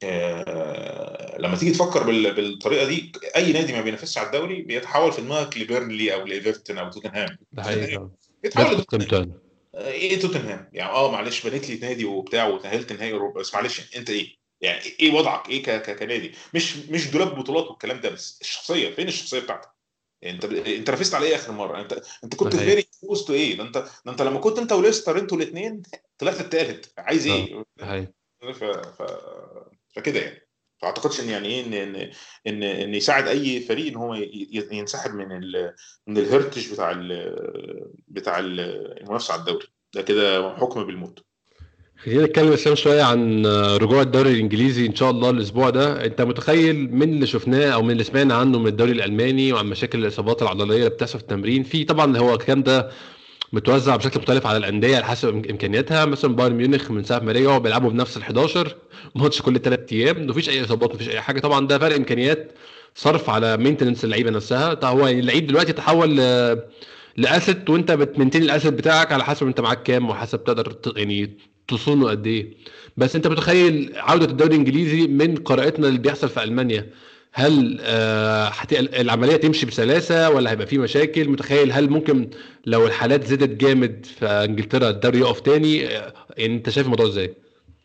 آه، لما تيجي تفكر بال- بالطريقه دي، اي نادي ما بينافسش على الدوري بيتحول في دماغك لبيرنلي او لايفرتون او توتنهام. ده حقيقي توتنهام فعلا. بيتحول بياخد لتوتنهام. قيمته. آه، ايه توتنهام يعني؟ اه معلش، بنيت لي نادي وبتاع وتاهلت نهائي اوروبا، بس معلش انت ايه يعني؟ ايه وضعك ايه ك- ك- كنادي؟ مش مش دولاب بطولات والكلام ده، بس الشخصيه فين؟ الشخصيه بتاعتك يعني. انت انت نافست على ايه اخر مره؟ انت انت ده كنت في حقيقي. فيري وسط ايه؟ ده انت ده انت لما كنت انت وليستر انتوا الاثنين طلعت الثالث، عايز اه ايه؟ ده حقيقي. ف... ف... فكده يعني. ما اعتقدش ان يعني ايه ان ان ان, إن يساعد اي فريق ان هو ي- ي- ينسحب من ال... من الهرتج بتاع ال... بتاع ال- المنافسه على الدوري ده، كده حكم بالموت. خلينا نتكلم اسلام شويه عن آه، رجوع الدوري الانجليزي ان شاء الله الاسبوع ده. انت متخيل من اللي شفناه او من اللي سمعنا عنه من الدوري الالماني وعن مشاكل الاصابات العضليه اللي بتحصل في التمرين، في طبعا هو الكلام ده متوزع بشكل مختلف على الانديه على حسب إم- امكانياتها. مثلا بايرن ميونخ من ساعه ما رجعوا بيلعبوا بنفس ال حداشر ماتش كل ثلاث ايام، مفيش اي اصابات مفيش اي حاجه. طبعا ده فرق امكانيات صرف على مينتنس اللعيبه نفسها. طبعا هو اللعيب دلوقتي تحول ل- لاسيت، وانت بتمنتين الاسيت بتاعك على حسب انت معاك كام وحسب تقدر ت- يعني تصونه قد ايه. بس انت متخيل عوده الدوري الانجليزي من قراءتنا اللي بيحصل في المانيا؟ هل آه هت- العمليه تمشي بسلاسه ولا هيبقى في مشاكل؟ متخيل هل ممكن لو الحالات زادت جامد في انجلترا الدوري يقف تاني؟ آه، يعني انت شايف الموضوع ازاي؟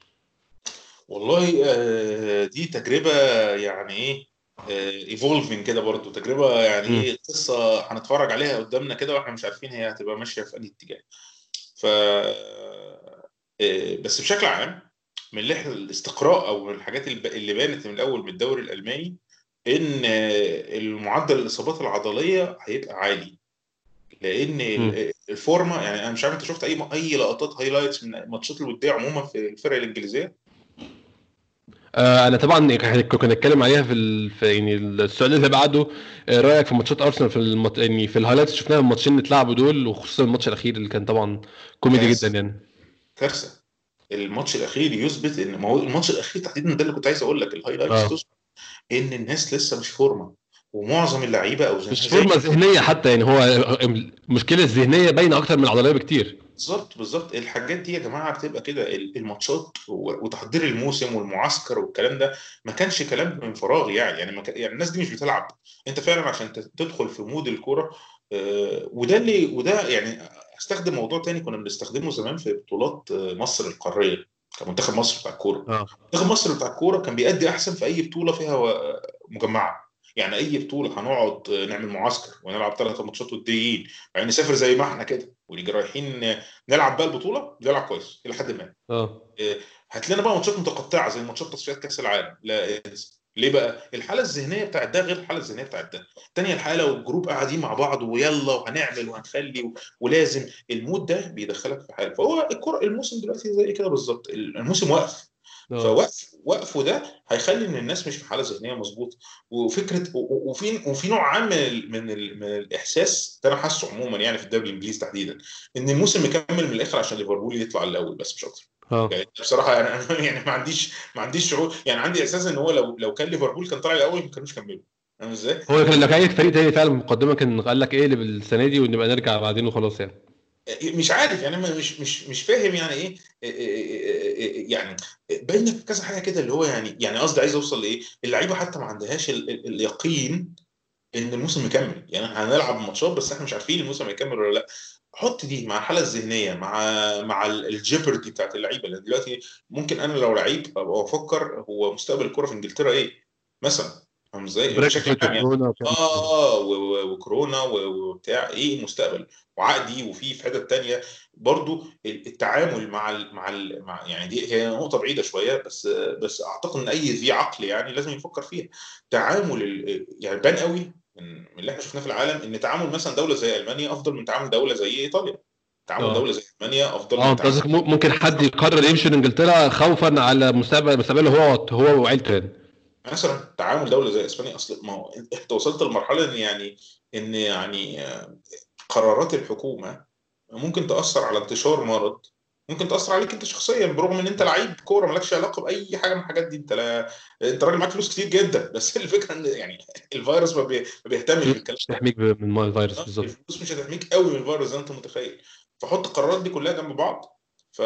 والله آه، دي تجربه يعني ايه، ايفولفنج كده برضو، تجربه يعني امم ايه، قصه هنتفرج عليها قدامنا كده واحنا مش عارفين هي هتبقى ماشيه في انهي اتجاه. ف آه، بس بشكل عام، من اللي احنا الاستقراء او من الحاجات الب- اللي بانت من الاول من الدوري الالماني، ان آه، المعدل الاصابات العضليه هيبقى عالي، لان امم ال- الفورمه يعني. انا مش عارف انت شفت اي اي لقطات هايلايتس من الماتشات الوديه عموما في الفرق الانجليزيه؟ آه انا طبعا كنا كنا نتكلم عليها في, ال... في يعني السؤال اللي بعده. آه رايك في ماتشات ارسنال في المط... يعني في الهايلايتس شفناها الماتشين اللي اتلعبوا دول، وخصوصا الماتش الاخير اللي كان طبعا كوميدي جدا كارثه، يعني. كارثه. الماتش الاخير يثبت ان، ما هو الماتش الاخير تحديدا ده اللي كنت عايز اقول لك، الهايلايتس اه تثبت ان الناس لسه مش فورمه، ومعظم اللعيبه اوزانها مش زي. فورمه ذهنيه حتى، يعني هو المشكله الذهنيه باينه اكتر من العضليه بكتير. بالظبط بالظبط، الحاجات دي يا جماعه بتبقى كده، ال- الماتشات و- وتحضير الموسم والمعسكر والكلام ده ما كانش كلام من فراغ يعني. يعني ما كان يعني الناس دي مش بتلعب، انت فعلا عشان ت- تدخل في مود الكوره. آه، وده اللي وده يعني استخدم موضوع تاني كنا بنستخدمه زمان في بطولات آه، مصر القاريه، كمنتخب مصر بتاع الكوره. اه منتخب مصر بتاع الكوره كان بيأدي احسن في اي بطوله فيها و- مجمعه. يعني اي بطوله هنقعد آه، نعمل معسكر ونلعب ثلاث ماتشات وديين، يعني نسافر زي ما احنا كده ونيجي رايحين نلعب بقى البطوله، بنلعب كويس الى حد ما. اه إيه، هات لنا بقى ماتشات متقطعه زي ماتشات تصفيات كاس العالم، لا انسى. ليه بقى؟ الحاله الذهنيه بتاعت ده غير الحاله الذهنيه بتاعت ده. الثانيه الحاله والجروب قاعدين مع بعض ويلا وهنعمل وهنخلي و- ولازم، المود ده بيدخلك في حاله. فهو الكره الموسم دلوقتي زي كده بالظبط، الموسم واقف. اه فوقف وقفه ده هيخلي ان الناس مش في حاله ذهنيه مظبوطه. وفكره و- و- وفي وفي نوع عام من ال من, ال من الاحساس ده انا حاسه عموما يعني في الدوري الانجليزي تحديدا، ان الموسم مكمل من الاخر عشان ليفربول يطلع الاول بس مش اكتر. اه يعني بصراحه يعني انا يعني ما عنديش ما عنديش شعور يعني، عندي احساس ان هو لو لو كان ليفربول كان طلع الاول ما كانوش كملوا. فاهم ازاي؟ هو كان لو كان اي فريق تاني فعلا مقدمه كان قال لك ايه اللي بالسنه دي ونبقى نرجع بعدين وخلاص يعني. مش عارف يعني، أنا مش مش مش فاهم يعني ايه إيه- إيه- إيه- يعني باينه في كذا حاجه كده، اللي هو يعني يعني قصدي عايز اوصل لايه، اللعيبه حتى ما عندهاش ال- ال- اليقين ان الموسم مكمل. يعني هنلعب ماتشات بس احنا مش عارفين الموسم هيكمل ولا لا. حط دي مع الحاله الذهنيه، مع مع الجيبرتي بتاعت اللعيبه، لان دلوقتي ممكن انا لو لعيب ابقى افكر هو مستقبل الكره في انجلترا ايه مثلا، فاهم ازاي بشكل بريكزيت عام يعني. وكورونا وكام. اه و- و- وكورونا و- وبتاع ايه المستقبل وعقدي، وفي في حته تانيه برضو التعامل مع ال مع ال مع يعني، دي هي نقطه بعيده شويه بس بس اعتقد ان اي ذي عقل يعني لازم يفكر فيها. تعامل ال- يعني بان قوي من من اللي احنا شفناه في العالم، ان تعامل مثلا دوله زي المانيا افضل من تعامل دوله زي ايطاليا. تعامل اه دوله زي المانيا افضل اه من انت تعامل قصدك مم- ممكن حد يقرر يمشي لانجلترا خوفا على مستقبل مستقبله هو هو وعيلته يعني. مثلا تعامل دوله زي اسبانيا. اصل ما هو انت وصلت لمرحله ان يعني ان يعني آه، قرارات الحكومه ممكن تاثر على انتشار مرض، ممكن تاثر عليك انت شخصيا، برغم ان انت لعيب كوره مالكش علاقه باي حاجه من الحاجات دي. انت لا، انت راجل معاك فلوس كتير جدا، بس الفكره ان يعني الفيروس ما, بي... ما بيهتمش مم. بالكلام مش ده. تحميك ب- من الفيروس آه، بالظبط. الفلوس مش هتحميك قوي من الفيروس زي ما انت متخيل. فحط القرارات دي كلها جنب بعض. ف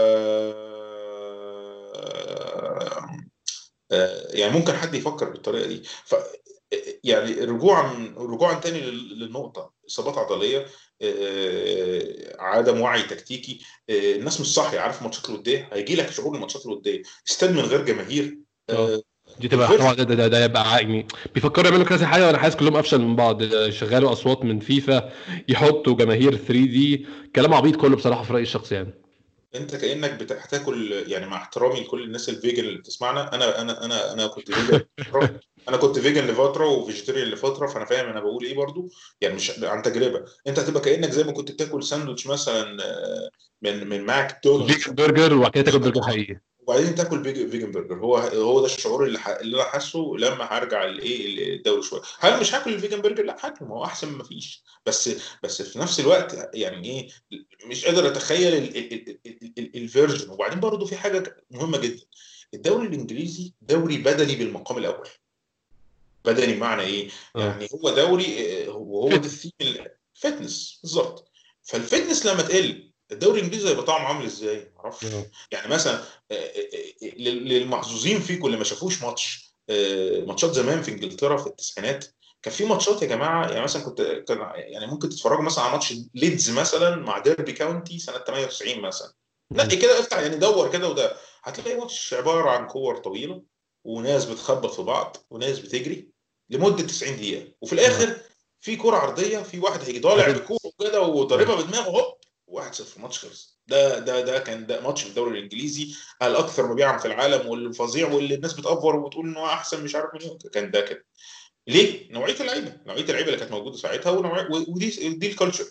آه، يعني ممكن حد يفكر بالطريقه دي. ف يعني رجوعا رجوعا تاني لل- للنقطه، اصابات عضليه، آه، عدم وعي تكتيكي، آه، الناس مش صاحيه. عارف ماتشات الوديه هيجي لك شعور الماتشات الوديه، استاد من غير جماهير. اه آه، دي تبقى الفيرجن طبعا ده ده, ده يبقى ع- يعني بيفكروا يعملوا كذا حاجه وانا حاسس كلهم افشل من بعض. يشغلوا اصوات من فيفا، يحطوا جماهير ثري دي، كلام عبيط كله بصراحه في رايي الشخصي يعني. انت كانك بت- هتاكل. يعني مع احترامي لكل الناس الفيجن اللي بتسمعنا، انا انا انا انا كنت فيجن لفتره. انا كنت فيجن لفتره وفيجيتيريان لفتره، فانا فاهم انا بقول ايه برضو. يعني مش عن تجربه. انت هتبقى كانك زي ما كنت بتاكل ساندوتش مثلا آه، من من ماكدونالدز، فيجن برجر وبعد كده تاكل برجر حقيقي. وبعدين تاكل بيج- فيجن برجر. هو هو ده الشعور اللي ح... اللي انا حاسه لما هرجع الايه الدوري شويه. هل مش هاكل الفيجن برجر؟ لا هاكله، ما هو احسن ما فيش. بس بس في نفس الوقت يعني ايه، مش قادر اتخيل ال- ال- ال- ال- ال- الفيرجن. وبعدين برضه في حاجه مهمه جدا، الدوري الانجليزي دوري بدني بالمقام الاول. بدني بمعنى ايه؟ اه يعني هو دوري آه، وهو ده فتنس. الثيم، الفتنس بالظبط. فالفتنس لما تقل الدوري الانجليزي هيبقى طعمه عامل ازاي؟ معرفش. اه يعني مثلا آه، آه، آه، لل- للمحظوظين فيكم اللي ما شافوش ماتش آه، ماتشات زمان في انجلترا في التسعينات، كان في ماتشات يا جماعه. يعني مثلا كنت كان يعني ممكن تتفرجوا مثلا على ماتش ليدز مثلا مع ديربي كاونتي سنه ثمانية وتسعين مثلا. نقي مم. كده، افتح يعني دور كده وده، هتلاقي ماتش عباره عن كور طويله وناس بتخبط في بعض وناس بتجري لمده تسعين دقيقه، وفي اه الاخر في كرة عرضية، في واحد هيجي طالع بكورة هتلبس. كده اه وضاربها بدماغه، هوب واحد صفر، ماتش خلص. ده ده ده كان ده ماتش في الدوري الانجليزي الاكثر مبيعا في العالم والفظيع واللي الناس بتأفور وبتقول ان هو احسن مش عارف مين. كان ده كده. ليه؟ نوعية اللعيبة، نوعية اللعيبة اللي كانت موجودة ساعتها، ونوعية ودي دي الكالتشر.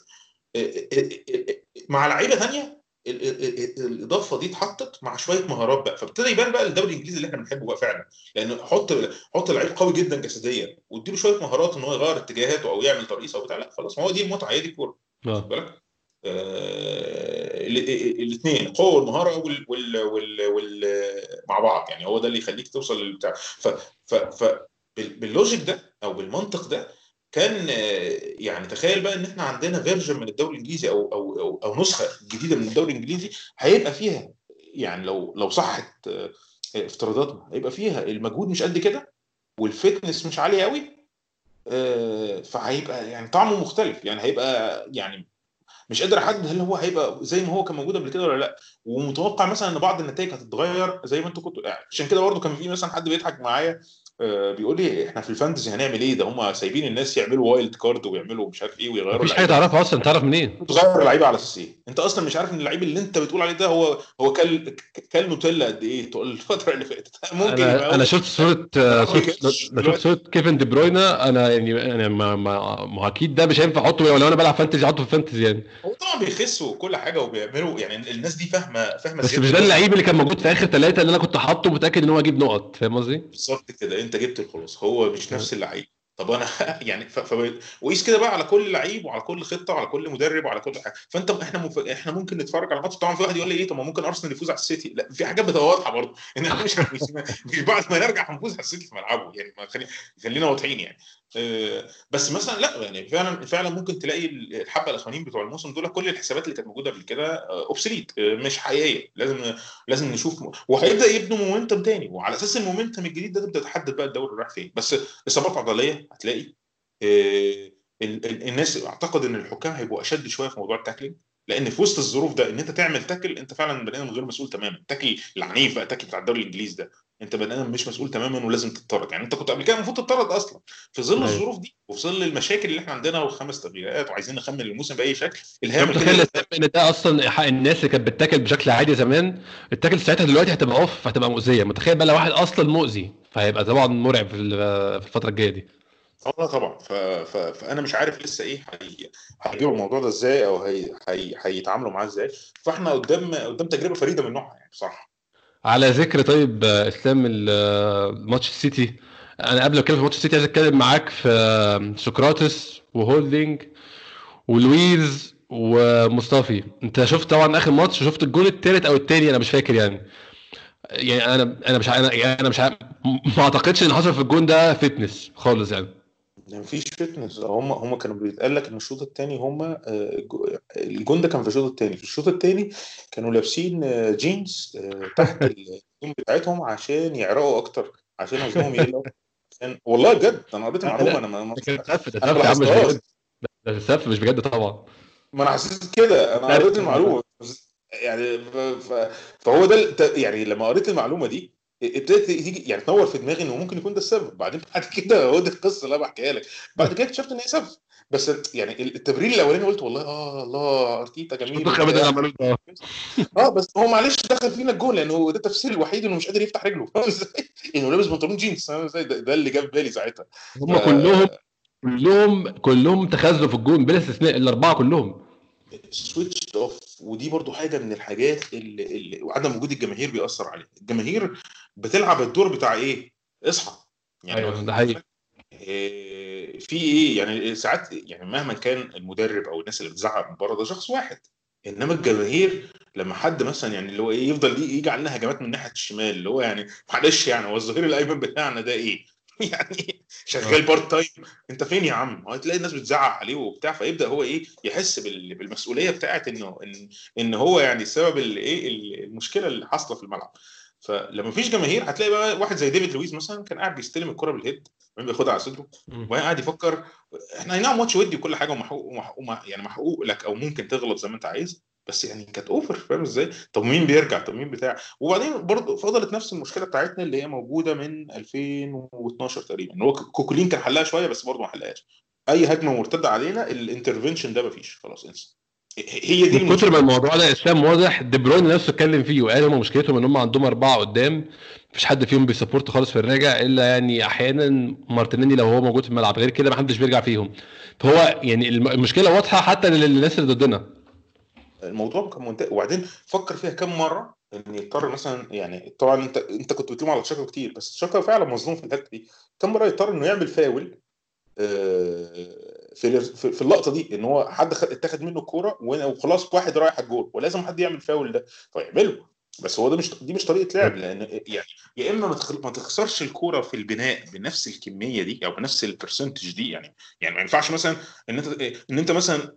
مع لعيبة ثانية ال- ال- ال- الاضافه دي اتحطت مع شويه مهارات بقى، فابتدى يبان بقى الدوري الانجليزي اللي احنا بنحبه بقى فعلا. لان حط حط لعيب قوي جدا جسديا واديله شويه مهارات ان هو يغير اتجاهاته او يعمل ترقيصه او بتاع، لا خلاص، ما هو دي المتعه، هي دي الكوره. واخد اه بالك؟ الاثنين القوه والمهاره وال وال وال وال مع بعض، يعني هو ده اللي يخليك توصل للبتاع. ف ف ف بال- باللوجيك ده او بالمنطق ده كان آه، يعني تخيل بقى ان احنا عندنا فيرجن من الدوري الانجليزي او او او, أو نسخه جديده من الدوري الانجليزي هيبقى فيها، يعني لو لو صحت آه، افتراضاتنا، هيبقى فيها المجهود مش قد كده والفتنس مش عالي قوي. آه، فهيبقى يعني طعمه مختلف، يعني هيبقى يعني مش قادر احدد هل هو هيبقى زي ما هو كان موجود قبل كده ولا لا. ومتوقع مثلا ان بعض النتائج هتتغير زي ما انتوا كنتوا يعني. عشان كده برضه كان في مثلا حد بيضحك معايا آه، بيقول لي احنا في الفانتزي هنعمل ايه؟ ده هم سايبين الناس يعملوا وايلد كارد ويعملوا مش عارف ايه ويغيروا مفيش حاجه لعيبه. تعرفها اصلا، تعرف منين؟ تغير لعيبه على اساس ايه؟ انت اصلا مش عارف ان اللعيب اللي انت بتقول عليه ده هو هو كل كل نوتيلا قد ايه طول الفتره اللي فاتت. ممكن يبقى انا انا هو شفت صوره آه، ملعب صوره كاش انا شفت دلوقتي. صوره كيفن دي بروينا. انا يعني انا ما ما ما هو اكيد ده مش هينفع احطه، ولو انا بلعب فانتزي احطه في فانتزي يعني. هو طبعا بيخسوا وكل حاجه وبيعملوا، يعني الناس دي فاهمه فاهمه بس زياده مش ده اللزوم. اللعيب اللي كان موجود في اخر ثلاثه اللي انا كنت حاطه متاكد ان هو هيجيب نقط، فاهم قصدي؟ بالظبط كده، انت جبت الخلاص، هو مش آه. نفس اللعيب. طب انا يعني ف... ف... وقيس كده بقى على كل لعيب وعلى كل خطه وعلى كل مدرب وعلى كل حاجه. فانت احنا مف... احنا ممكن نتفرج على ماتش. طبعا في واحد يقول لي ايه، طب ما ممكن ارسنال يفوز على السيتي. لا، في حاجات بتبقى واضحه برضه ان احنا مش مش مش بعد ما نرجع هنفوز على السيتي في ملعبه، يعني ما خلي... خلينا واضحين يعني. آه، بس مثلا لا، يعني فعلا فعلا ممكن تلاقي الحبه الاخرانيين بتوع الموسم دول كل الحسابات اللي كانت موجوده قبل كده اوبسليت، مش حقيقيه. لازم لازم نشوف، وهيبدا يبنوا مومنتم تاني، وعلى اساس المومنتم الجديد ده تبدا تحدد بقى الدوري رايح فين. بس اصابات عضليه هتلاقي آه، ال- ال- الناس اعتقد ان الحكام هيبقوا اشد شويه في موضوع التاكلينج. لان في وسط الظروف ده ان انت تعمل تاكل، انت فعلا بني ادم غير مسؤول تماما. التاكل العنيف بقى، التاكل بتاع الدوري الانجليزي ده، انت بني ادم مش مسؤول تماما ولازم تتطرد. يعني انت كنت قبل كده المفروض تتطرد اصلا. في ظل ايوه الظروف دي وفي ظل المشاكل اللي احنا عندنا والخمس تغييرات وعايزين نخمن الموسم باي شكل، انا الهامه كده متخيل اللي ان ده اصلا حق الناس اللي كانت بتاكل بشكل عادي زمان. التاكل ساعتها دلوقتي هتبقى اوف، هتبقى مؤذيه. متخيل بقى لو واحد اصلا مؤذي، فهيبقى طبعا مرعب في ال- في الفتره الجايه دي. اه طبعا. ف... ف... فانا مش عارف لسه ايه هي... هيجيبوا الموضوع ده ازاي، او هي... هي... هيتعاملوا معاه ازاي. فاحنا قدام قدام تجربه فريده من نوعها يعني بصراحه. على ذكر طيب آه، اسلام ال- آه، ماتش السيتي، انا قبل ما اتكلم في ماتش السيتي عايز اتكلم معاك في آه، سقراطس وهولدنج ولويز ومصطفي. انت شفت طبعا اخر ماتش، شفت الجول الثالث او الثاني انا مش فاكر يعني. يعني انا انا مش ع- انا يعني انا مش ع- ما اعتقدش ان حصل في الجون ده فتنس خالص يعني. مفيش فتنس. هم هم كانوا بيتقال لك ان الشوط الثاني هم آه، الج- الجون ده كان في الشوط الثاني. في الشوط الثاني كانوا لابسين آه، جينز آه، تحت الهدوم بتاعتهم عشان يعرقوا اكتر، عشان وزنهم يقل أكتر. عشان والله بجد انا قريت لا المعلومه. لا، انا ما ما- ده كان سف، ده انا ما سف يا عم مش لاحظتهاش. بجد. ده سف مش بجد طبعا. ما انا حسيت كده، انا لا قريت لا. المعلومه يعني. ف... ف... فهو ده الت- يعني لما قريت المعلومه دي ابتدت تيجي يعني تنور في دماغي انه ممكن يكون ده السبب. بعدين بعد كده هو دي القصه اللي انا بحكيها لك. بعد كده اكتشفت ان هي سبب. بس يعني التبرير الاولاني قلت والله اه الله ارتيتا مش جميل منطقي ابدا اللي وبتاع. عملوه ده. اه بس هو معلش دخل فينا الجول لانه ده التفسير الوحيد انه مش قادر يفتح رجله. فاهم ازاي؟ انه لابس بنطلون جينز. فاهم ازاي؟ ده, ده اللي جاب بالي ساعتها. ف هم كلهم كلهم كلهم تخاذلوا في الجون بلا استثناء، الاربعه كلهم. سويتش اوف. ودي برضو حاجه من الحاجات اللي, اللي وعدم وجود الجماهير بيأثر عليها. الجماهير بتلعب الدور بتاع ايه؟ اصحى. يعني ايوه ده واخد حقيقي. بالك؟ إيه في ايه يعني ساعات يعني مهما كان المدرب او الناس اللي بتزعق من بره ده شخص واحد. انما الجماهير لما حد مثلا يعني اللي هو ايه يفضل يجي علينا هجمات من ناحيه الشمال اللي هو يعني معلش يعني هو الظهير الايمن بتاعنا ده ايه؟ يعني اه شغال بارت تايم. انت فين يا عم؟ هتلاقي الناس بتزعق عليه وبتاع، فيبدا هو ايه يحس بال- بالمسؤوليه بتاعت انه ان ان هو يعني سبب الايه المشكله اللي حاصله في الملعب. فلما مفيش جماهير هتلاقي بقى واحد زي ديفيد لويس مثلا كان قاعد بيستلم الكره بالهيد وبعدين بياخدها على صدره مم. وهي قاعد يفكر. احنا اي نعم ماتش ودي وكل حاجه ومحقوق ومحقوق يعني محقوق لك او ممكن تغلط زي ما انت عايز، بس يعني كانت اوفر. فاهم ازاي؟ طب مين بيرجع؟ طب مين بتاع؟ وبعدين برضه فضلت نفس المشكله بتاعتنا اللي هي موجوده من ألفين واتناشر تقريبا ان هو كوكولين كان حلها شويه بس برضه ما حلهاش. اي هجمه مرتده علينا الانترفنشن ده مفيش خلاص انسى. هي دي من كتر ما المشكله. الموضوع ده اسلام واضح، دي بروين نفسه اتكلم فيه وقال هم مشكلتهم ان هم عندهم اربعه قدام، مفيش حد فيهم بيسبورت خالص في الراجع الا يعني احيانا مارتينيلي لو هو موجود في الملعب، غير كده محدش بيرجع فيهم. فهو يعني الم- المشكله واضحه حتى للناس اللي ضدنا. الموضوع كان منتهي. وبعدين فكر فيها كم مره ان يضطر مثلا يعني طبعا انت انت كنت بتلوم على تشاكا كتير بس تشاكا فعلا مظلوم في الحته دي. كم مره يضطر انه يعمل فاول آه، في في في اللقطه دي ان هو حد خد- اتاخد منه الكوره وخلاص واحد رايح على الجول ولازم حد يعمل فاول ده فيعمله. بس هو ده مش دي مش طريقه لعب لان يعني يا اما ما تخ- ما تخسرش الكوره في البناء بنفس الكميه دي او بنفس البرسنتج دي. يعني يعني ما ينفعش مثلا ان انت ان انت مثلا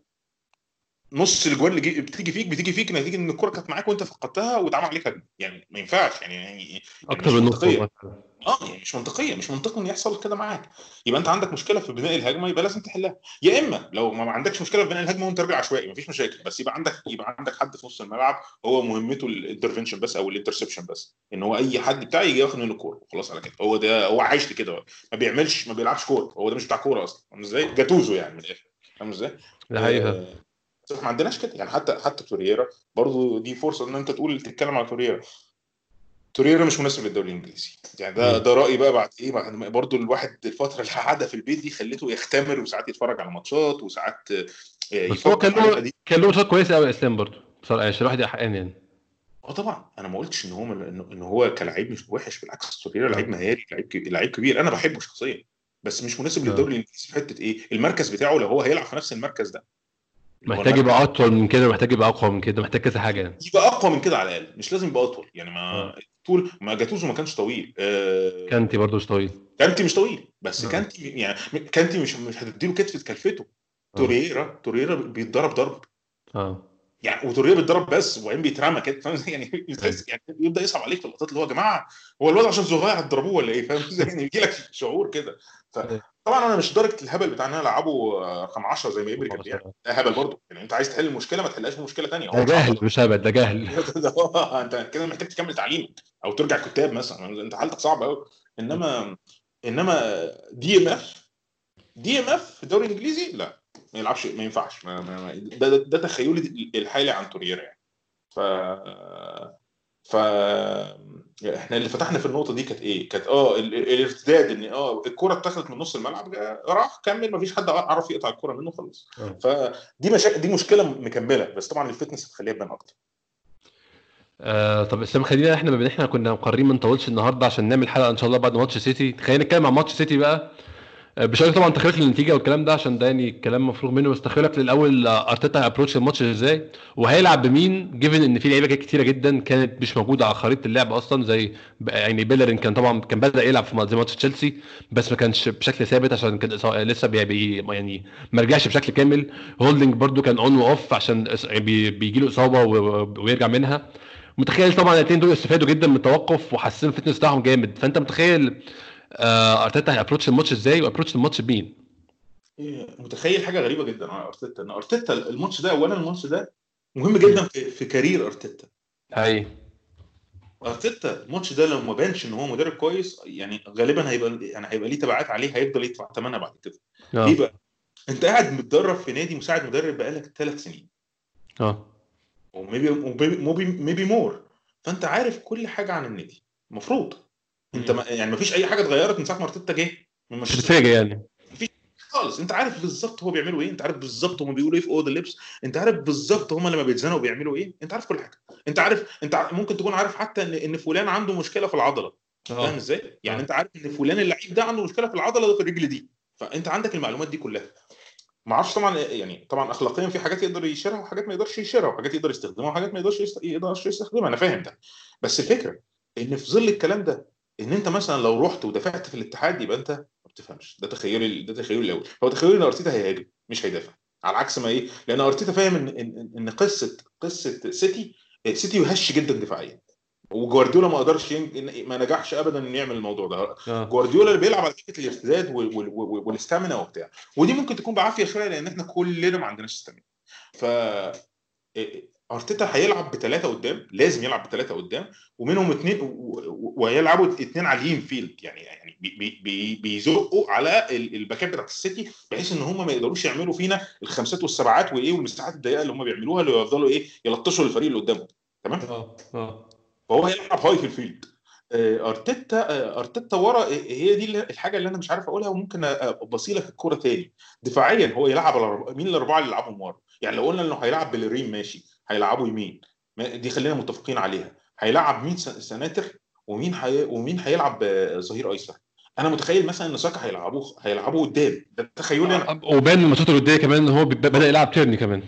نص الاجوان اللي جي- بتيجي فيك بتيجي فيك نتيجه ان الكوره كانت معاك وانت فقدتها واتعمل عليك هجمه. يعني ما ينفعش يعني يعني يعني اكتر مش من نصهم منطقيه. مثلا. اه يعني مش منطقيه مش منطقي ان يحصل كده معاك. يبقى انت عندك مشكله في بناء الهجمه يبقى لازم تحلها. يا اما لو ما عندكش مشكله في بناء الهجمه وانت راجل عشوائي مفيش مشاكل بس يبقى عندك يبقى عندك حد في نص الملعب هو مهمته الانترفنشن بس او الانترسبشن بس ان هو اي حد بتاعي يجي ياخد منه الكوره وخلاص على كده. هو ده هو عايش لكده. ما بيعملش ما بيلعبش كوره. هو ده مش بتاع كوره اصلا. فاهم ازاي؟ جاتوزو يعني من الاخر. فاهم ازاي؟ ده حقيقه. آه، بس ما عندناش كده يعني. حتى حتى تورييرا برضو دي فرصه ان انت تقول تتكلم على تورييرا. توريرا مش مناسب للدوري الانجليزي. يعني ده مم. ده رايي بقى بعد ايه بعد ما برضو الواحد الفتره اللي قعدها في البيت دي خليته يختمر وساعات يتفرج على ماتشات وساعات آه، بس هو يفكر كان في حاجات له قديمه. كان له ماتشات كويسه قوي يا اسلام برضه بصراحه، يعني الواحد يحقق يعني. اه طبعا انا ما قلتش ان هو انه ان هو كلاعب مش وحش. بالعكس توريرا لعيب اه مهاري لعيب كبير لعيب كبير انا بحبه شخصيا. بس مش مناسب اه للدوري الانجليزي في حته ايه المركز بتاعه لو هو هيلعب في نفس المركز ده اللي هو محتاج يبقى المركز اطول من كده، محتاج يبقى اقوى من كده، محتاج كذا حاجه يعني. يبقى اقوى من كده على الاقل. مش لازم يبقى اطول يعني. اه ما طول ما جاتوزو ما كانش طويل آه، كانتي برضه مش طويل. كانتي مش طويل بس اه كانتي يعني كانتي مش مش هتديله كتف تكلفته. اه توريرا توريرا بيتضرب ضرب اه يعني. وتوريرا بيتضرب بس وبعدين بيترمى كده. فاهم ازاي؟ يعني ايوه. بتحس يعني يبدا يصعب عليك في اللقطات اللي هو يا جماعه هو الواد عشان صغير هتضربوه ولا ايه؟ فاهم ازاي؟ يعني يجي لك شعور كده. ايوه. فطبعا انا مش درجه الهبل بتاع ان انا العبه آه، رقم عشرة زي ما ابري كان بيعمل. عشرة. ده هبل برضه يعني. انت عايز تحل المشكله ما تحلهاش بمشكله ثانيه. هو ده مش عشرة. جهل مش هبل، ده جهل. ده هو انت كده محتاج تكمل تعليمك او ترجع كتاب مثلا. انت حالتك صعبه قوي. انما انما دي ام اف دي ام اف في الدوري الانجليزي لا ما يلعبش. ما ينفعش. ما ما ما- ده, ده, ده تخيلي الحالي عن توريرا يعني. ف ف احنا اللي فتحنا في النقطه دي كانت ايه؟ كانت اه ال- ال- الارتداد، ان اه الكره اتاخدت من نص الملعب، جا- راح كمل، مفيش حد عرف يقطع الكره منه خلاص. اه فدي مشا... دي مشكله مكمله، بس طبعا الفتنس هتخليها تبان اكتر. آه، طب اسلام، خلينا احنا بما ان احنا كنا مقررين ما نطولش النهارده عشان نعمل حلقه ان شاء الله بعد ماتش سيتي، خلينا نتكلم عن ماتش سيتي بقى. آه، مش هقول طبعا تخيلك للنتيجه والكلام ده عشان ده يعني كلام مفروغ منه، بس تخيلك للاول آه، ارتيتا هيابروتش الماتش ازاي وهيلعب بمين، جيفن ان في لعيبه كتيره جدا كانت مش موجوده على خريطه اللعب اصلا، زي ب- يعني بيلرين كان طبعا كان بدا يلعب في ماتش- زي ماتش تشيلسي، بس ما كانش بشكل ثابت عشان كان إصا- لسه بي بي يعني ما رجعش بشكل كامل. هولدنج برده كان اون واوف عشان إص- بي بيجي له اصابه و- ويرجع منها. متخيل طبعا الاثنين دول استفادوا جدا من التوقف وحسنوا الفتنس بتاعهم جامد، فانت متخيل آه، ارتيتا هيابروتش الماتش ازاي وابروتش الماتش بمين؟ إيه، متخيل حاجه غريبه جدا على ارتيتا، ان ارتيتا الماتش ده، اولا الماتش ده مهم مم. جدا في, في كارير ارتيتا. هاي ارتيتا الماتش ده لو ما بانش ان هو مدرب كويس، يعني غالبا هيبقى يعني هيبقى ليه تبعات عليه، هيفضل يدفع ثمنها بعد كده. ليه اه بقى؟ انت قاعد متدرب في نادي مساعد مدرب بقالك ثلاث سنين، اه وميبي ميبي ميبي مور، فانت عارف كل حاجه عن النادي المفروض. انت مم. ما يعني ما فيش اي حاجه اتغيرت من ساعه ما ارتيتا جه من مش مانشستر هتتفاجئ سيتي يعني. خالص. انت عارف بالظبط هو بيعملوا ايه، انت عارف بالظبط هم بيقولوا ايه في اوضه اللبس، انت عارف بالظبط هم لما بيتزنقوا بيعملوا ايه، انت عارف كل حاجه. انت عارف، انت ع- ممكن تكون عارف حتى ان ان فلان عنده مشكله في العضله. فاهم اه ازاي؟ يعني اه انت عارف ان فلان اللعيب ده عنده مشكله في العضله ده في الرجل دي. فانت عندك المعلومات دي كلها. ما اعرفش طبعا، يعني طبعا اخلاقيا في حاجات يقدر يشيرها وحاجات ما يقدرش يشيرها، وحاجات يقدر يستخدمها وحاجات ما يقدرش يست- يقدرش يستخدمها، انا فاهم ده. بس الفكره ان في ظل الكلام ده، ان انت مثلا لو رحت ودافعت في الاتحاد، يبقى انت ما بتفهمش. ده تخيلي، ده تخيلي الاول، هو تخيلي ان ارتيتا هيهاجم مش هيدافع، على عكس ما ايه، لان ارتيتا فاهم ان ان ان قصه قصه سيتي، سيتي هش جدا دفاعيا، وجوارديولا ما قدرش ين... ما نجحش ابدا انه يعمل الموضوع ده. اه جوارديولا اللي بيلعب على فكره الارتداد وال... وال... وال... والاستامينا وبتاع، ودي ممكن تكون بعافيه شويه لان احنا كلنا ما عندناش استامينا. ف ارتيتا هيلعب بثلاثه قدام، لازم يلعب بثلاثه قدام، ومنهم اثنين، وهيلعبوا اثنين عاليين فيلد، يعني يعني بي بي بيزقوا على الباكات بتاعت السيتي، بحيث ان هم ما يقدروش يعملوا فينا الخمسات والسبعات وايه والمساحات الضيقه اللي هم بيعملوها، اللي يفضلوا ايه يلطشوا الفريق اللي قدامهم. تمام. اه اه فهو هيلعب هاي في الفيلد. آه، ارتيتا آه، ارتيتا ورا، هي دي اللي- الحاجه اللي انا مش عارف اقولها، وممكن ابصي لك الكوره تاني. دفاعيا هو يلعب على الأربعة- مين الاربعه اللي يلعبهم ورا؟ يعني لو قلنا انه هيلعب بليرين ماشي، هيلعبوا يمين، ما- دي خلينا متفقين عليها. هيلعب مين؟ س- سناتر. ومين حي... ومين هيلعب آه، ظهير ايسر؟ انا متخيل مثلا ان ساكا هيلعبوه هيلعبوه قدام، ده تخيلي انا. آه، وبان من الماتشات الوديه كمان ان هو ب- بدا يلعب تيرني كمان.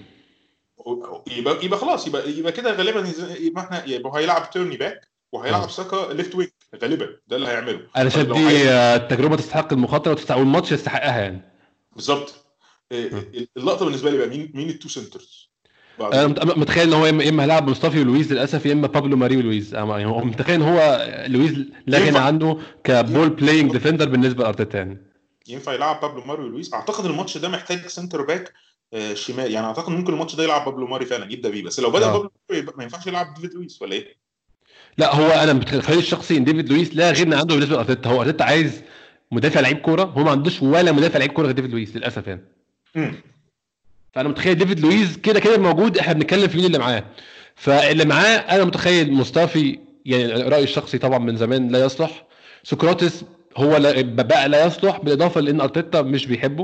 يبقى يبقى خلاص، يبقى يبقى كده غالبا، يبقى احنا يبقى هيلعب تيرني باك، وهيلعب اه ساكا ليفت وينج، غالبا ده اللي هيعمله. انا طيب شايف لو هي دي آه، تجربه تستحق المخاطره وتستحق والماتش يستحقها يعني. بالظبط. آه. اللقطه بالنسبه لي بقى، مين مين التو سنترز بعد انا دول؟ مت- متخيل ان هو يا اما يا إما هيلعب مصطفي ولويز للاسف، يا اما بابلو ماري ولويز. أما يعني هو متخيل ان هو لويز لا غنى ينفع عنه كبول بلاينج ديفندر بالنسبه لارتيتا يعني. ينفع يلعب بابلو ماري ولويس؟ اعتقد الماتش ده محتاج سنتر باك آه، شمال، يعني اعتقد ممكن الماتش ده يلعب بابلو ماري فعلا، يبدا بيه. بس لو بدا اه بابلو ماري يبقى ما ينفعش يلعب ديفيد لويس ولا ايه؟ لا هو انا متخيل الشخصي ان ديفيد لويس لا غنى عنده بالنسبه لارتيتا. هو ارتيتا عايز مدافع لعيب كوره، هو ما عندوش ولا مدافع لعيب كوره غير ديفيد لويس للاسف يعني. امم فانا متخيل ديفيد لويس كده كده موجود، احنا بنتكلم في مين اللي معاه. فاللي معاه انا متخيل مصطفي، يعني رايي الشخصي طبعا من زمان لا يصلح. سقراطس هو لا- بقى لا يصلح، بالاضافه لان ارتيتا مش بيحبه.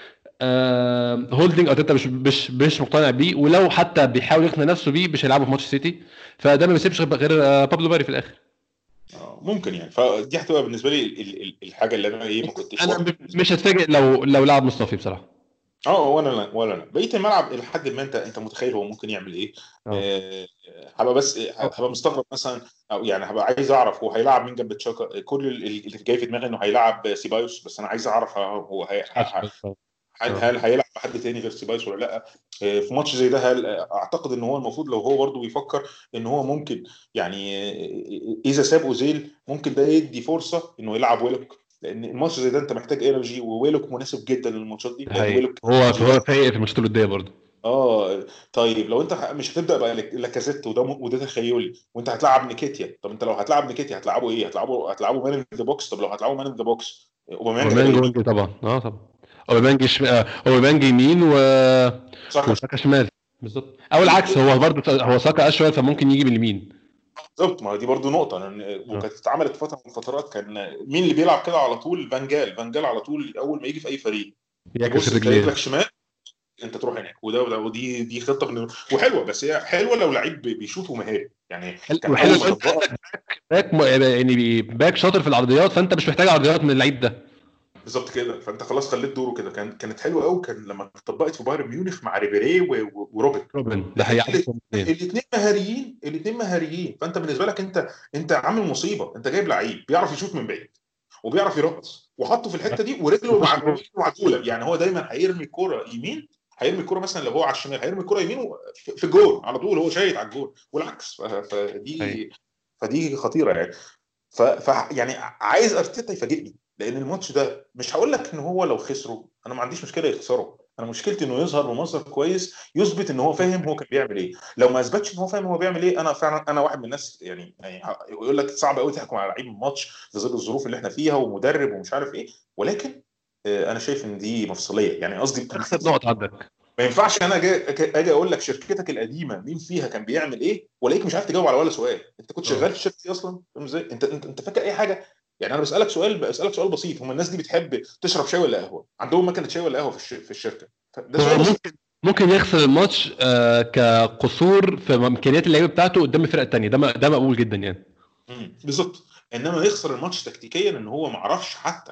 آه هولدنج ارتيتا مش مش مش مقتنع بيه، ولو حتى بيحاول يقنع نفسه بيه مش هيلعبه في ماتش سيتي. فده ما بيسيبش غير غير، آه، بابلو باري في الاخر. آه، ممكن يعني، فدي هتبقى بالنسبه لي ال- ال- الحاجه اللي انا ايه ما كنتش انا واثق. ب- مش هتفاجئ لو لو لعب مصطفي بصراحه. اه، ولا لا ولا لا بقيه الملعب الى حد ما، انت انت متخيل هو ممكن يعمل ايه. اه آه، هبقى بس هبقى مستغرب مثلا، او يعني هبقى عايز اعرف هو هيلعب مين جنب تشاكا. كل اللي جاي في دماغي انه هيلعب سيبايوس، بس انا عايز اعرف هو هي... حاسس ه- بس. اه هل اه هل هيلعب حد تاني غير سيبايوس ولا لا. آه، في ماتش زي ده، هل اعتقد ان هو المفروض لو هو برضه بيفكر ان هو ممكن، يعني آه، اذا ساب اوزيل ممكن ده يدي فرصه انه يلعب ويلوك، لان الماتش زي ده انت محتاج انرجي، وويلوك مناسب جدا للماتشات دي ده لان حقيقي. ويلوك هو انرجي. هو فايق في الماتشات الوديه برضه. اه. طيب لو انت ح- مش هتبدا بقى لك- لاكازيت، وده م- وده تخيلي، وانت هتلعب نيكيتيا. طب انت لو هتلعب نيكيتيا هتلعبه ايه؟ هتلعبه هتلعبه مان ان ذا بوكس. طب لو هتلعبه مان ان ذا بوكس، اوباميانج هيبقى اوباميانج يمين، وينج طبعا، اه طبعا. اوباميانج شم... آه، اوباميانج يمين و ساكا. وساكا شمال. بالظبط، او العكس، هو برضه هو ساكا اشول فممكن يجي من اليمين. بالظبط، ما دي برضو نقطه، وكانت اتعملت فتره من الفترات كان مين اللي بيلعب كده على طول؟ فانجال فانجال على طول اول ما يجي في اي فريق تبص تلاقي لك شمال انت تروح هناك، وده وده ودي دي خطه من... وحلوه، بس هي حلوه لو لعيب بيشوط ومهاري يعني. كان حلو اول ما طبقها باك م... يعني باك شاطر في العرضيات، فانت مش محتاج عرضيات من اللعيب ده بالظبط كده، فانت خلاص خليت دوره كده. كان كانت حلوه قوي، كان لما اتطبقت في بايرن ميونخ مع ريبيري وروبن روبن ده حقيقي. الاثنين مهاريين، الاثنين مهاريين، فانت بالنسبه لك انت انت عامل مصيبه. انت جايب لعيب بيعرف يشوط من بعيد وبيعرف يرقص وحطه في الحته دي، ورجله مع معدوله، يعني هو دايما هيرمي الكوره يمين، هيرمي الكوره مثلا لو هو على الشمال هيرمي الكوره يمين في الجول على طول، هو شايط على الجول والعكس. فدي فدي خطيره يعني. ف... ف يعني عايز ارتيتا يفاجئني، لان الماتش ده مش هقول لك ان هو لو خسره انا ما عنديش مشكله يخسره، انا مشكلتي انه يظهر بمظهر كويس يثبت ان هو فاهم هو كان بيعمل ايه. لو ما اثبتش ان هو فاهم هو بيعمل ايه، انا فعلا انا واحد من الناس يعني يعني يقول لك صعب قوي تحكم على لعيب الماتش في ظل الظروف اللي احنا فيها ومدرب ومش عارف ايه، ولكن انا شايف ان دي مفصليه يعني. قصدي اخد نقط عندك، ما ينفعش انا اجي اجي اقول لك شركتك القديمه مين فيها كان بيعمل ايه ولاقيك مش عارف تجاوب على ولا سؤال. انت كنت شغال في الشركه دي اصلا؟ فاهم ازاي؟ انت انت انت فاكر اي حاجه؟ يعني انا بسالك سؤال بسالك سؤال بسيط، هم الناس دي بتحب تشرب شاي ولا قهوه؟ عندهم مكنه شاي ولا قهوه في في الشركه؟ ده سؤال ممكن ممكن يخسر الماتش آه كقصور في امكانيات اللعيبه بتاعته قدام الفرقه الثانيه، ده ده مقبول جدا يعني. امم بالظبط. انما يخسر الماتش تكتيكيا ان هو ما عرفش حتى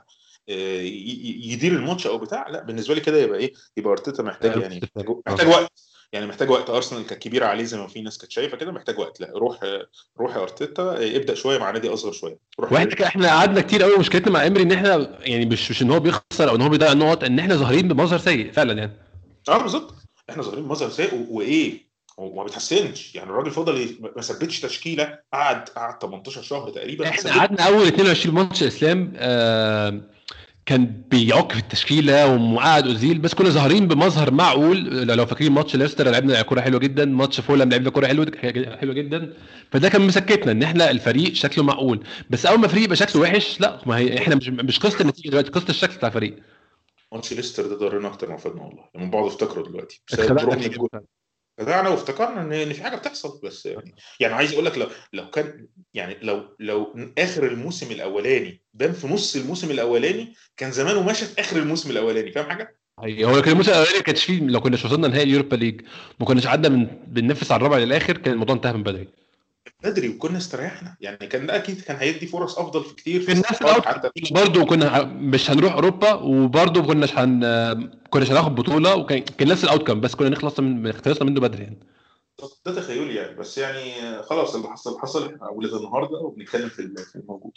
يدير الماتش او بتاع، لا بالنسبه لي كده يبقى ايه؟ يبقى ارتيتا محتاج يعني محتاج وقت، يعني محتاج وقت. ارسنال كانت كبيره عليه زي ما في ناس كانت شايفه كده، محتاج وقت. لا روح روح يا ارتيتا، ابدا شويه مع نادي اصغر شويه. واحنا احنا قعدنا كتير قوي مشكلتنا مع امري ان احنا يعني مش مش ان هو بيخسر او ان هو بيضيع النقط، ان احنا ظاهرين بمظهر سيء فعلا يعني. اه بالظبط، احنا ظاهرين بمظهر سيء وايه وما بيتحسنش يعني. الراجل فضل ما ثبتش تشكيله، قعد قعد تمنتاشر شهر تقريبا. احنا قعدنا اول اثنين وعشرين ماتش اسلام آه كان بيعك في التشكيله ومقعد اوزيل، بس كنا ظاهرين بمظهر معقول. لو فاكرين ماتش ليستر لعبنا كوره حلوه جدا، ماتش فولهام لعبنا كوره حلوه حلوه جدا، فده كان مسكتنا ان احنا الفريق شكله معقول. بس اول ما الفريق يبقى شكله وحش، لا ما هي احنا مش مش قصه النتيجه دلوقتي، قصه الشكل بتاع الفريق. ماتش ليستر ده ضرنا اكتر ما فادنا والله، من بعض افتكره دلوقتي بسبب رغم الجول. خدعنا وافتكرنا ان ان في حاجه بتحصل، بس يعني يعني عايز اقول لك لو لو كان يعني لو لو اخر الموسم الاولاني بان في نص الموسم الاولاني كان زمانه ماشي في اخر الموسم الاولاني. فاهم حاجه؟ هو كان الموسم الاولاني ما كانش فيه، لو كناش وصلنا نهائي اليوروبا ليج ما كناش قعدنا من بننافس على الرابع للاخر، كان الموضوع انتهى من بدري بدري وكنا استريحنا يعني. كان ده اكيد كان هيدي فرص افضل في كتير في الناس حتى برضه كنا مش هنروح اوروبا، وبرضه ما كناش هن كناش هناخد بطوله، وكان كان نفس الاوتكم، بس كنا نخلص من خلصنا منه بدري يعني. ده تخيلي يعني، بس يعني خلاص اللي حصل حصل. احنا اولاد النهارده وبنتكلم في الموجود.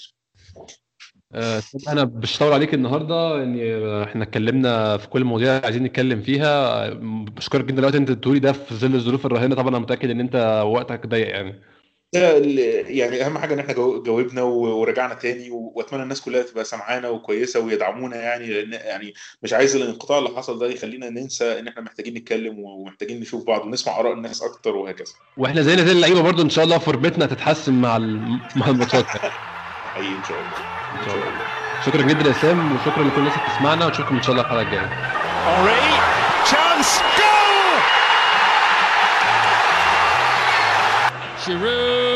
أه انا مش هطول عليك النهارده يعني، احنا اتكلمنا في كل المواضيع عايزين نتكلم فيها. بشكرك جدا دلوقتي انت تقولي ده في ظل الظروف الرهينه، طبعا انا متاكد ان انت وقتك ضيق يعني. يعني اهم حاجه ان احنا جاوبنا ورجعنا تاني، واتمنى الناس كلها تبقى سمعانا وكويسه ويدعمونا يعني، لان يعني مش عايز الانقطاع اللي حصل ده يخلينا ننسى ان احنا محتاجين نتكلم ومحتاجين نشوف بعض ونسمع اراء الناس اكتر وهكذا. واحنا زينا زي اللعيبه برضو ان شاء الله فورمتنا تتحسن مع مع الماتشات اي ان شاء الله ان شاء الله. شكرا جدا يا اسلام، وشكرا لكل الناس اللي بتسمعنا، ونشوفكم ان شاء الله الحلقه الجايه. Henry chance goal. Giroud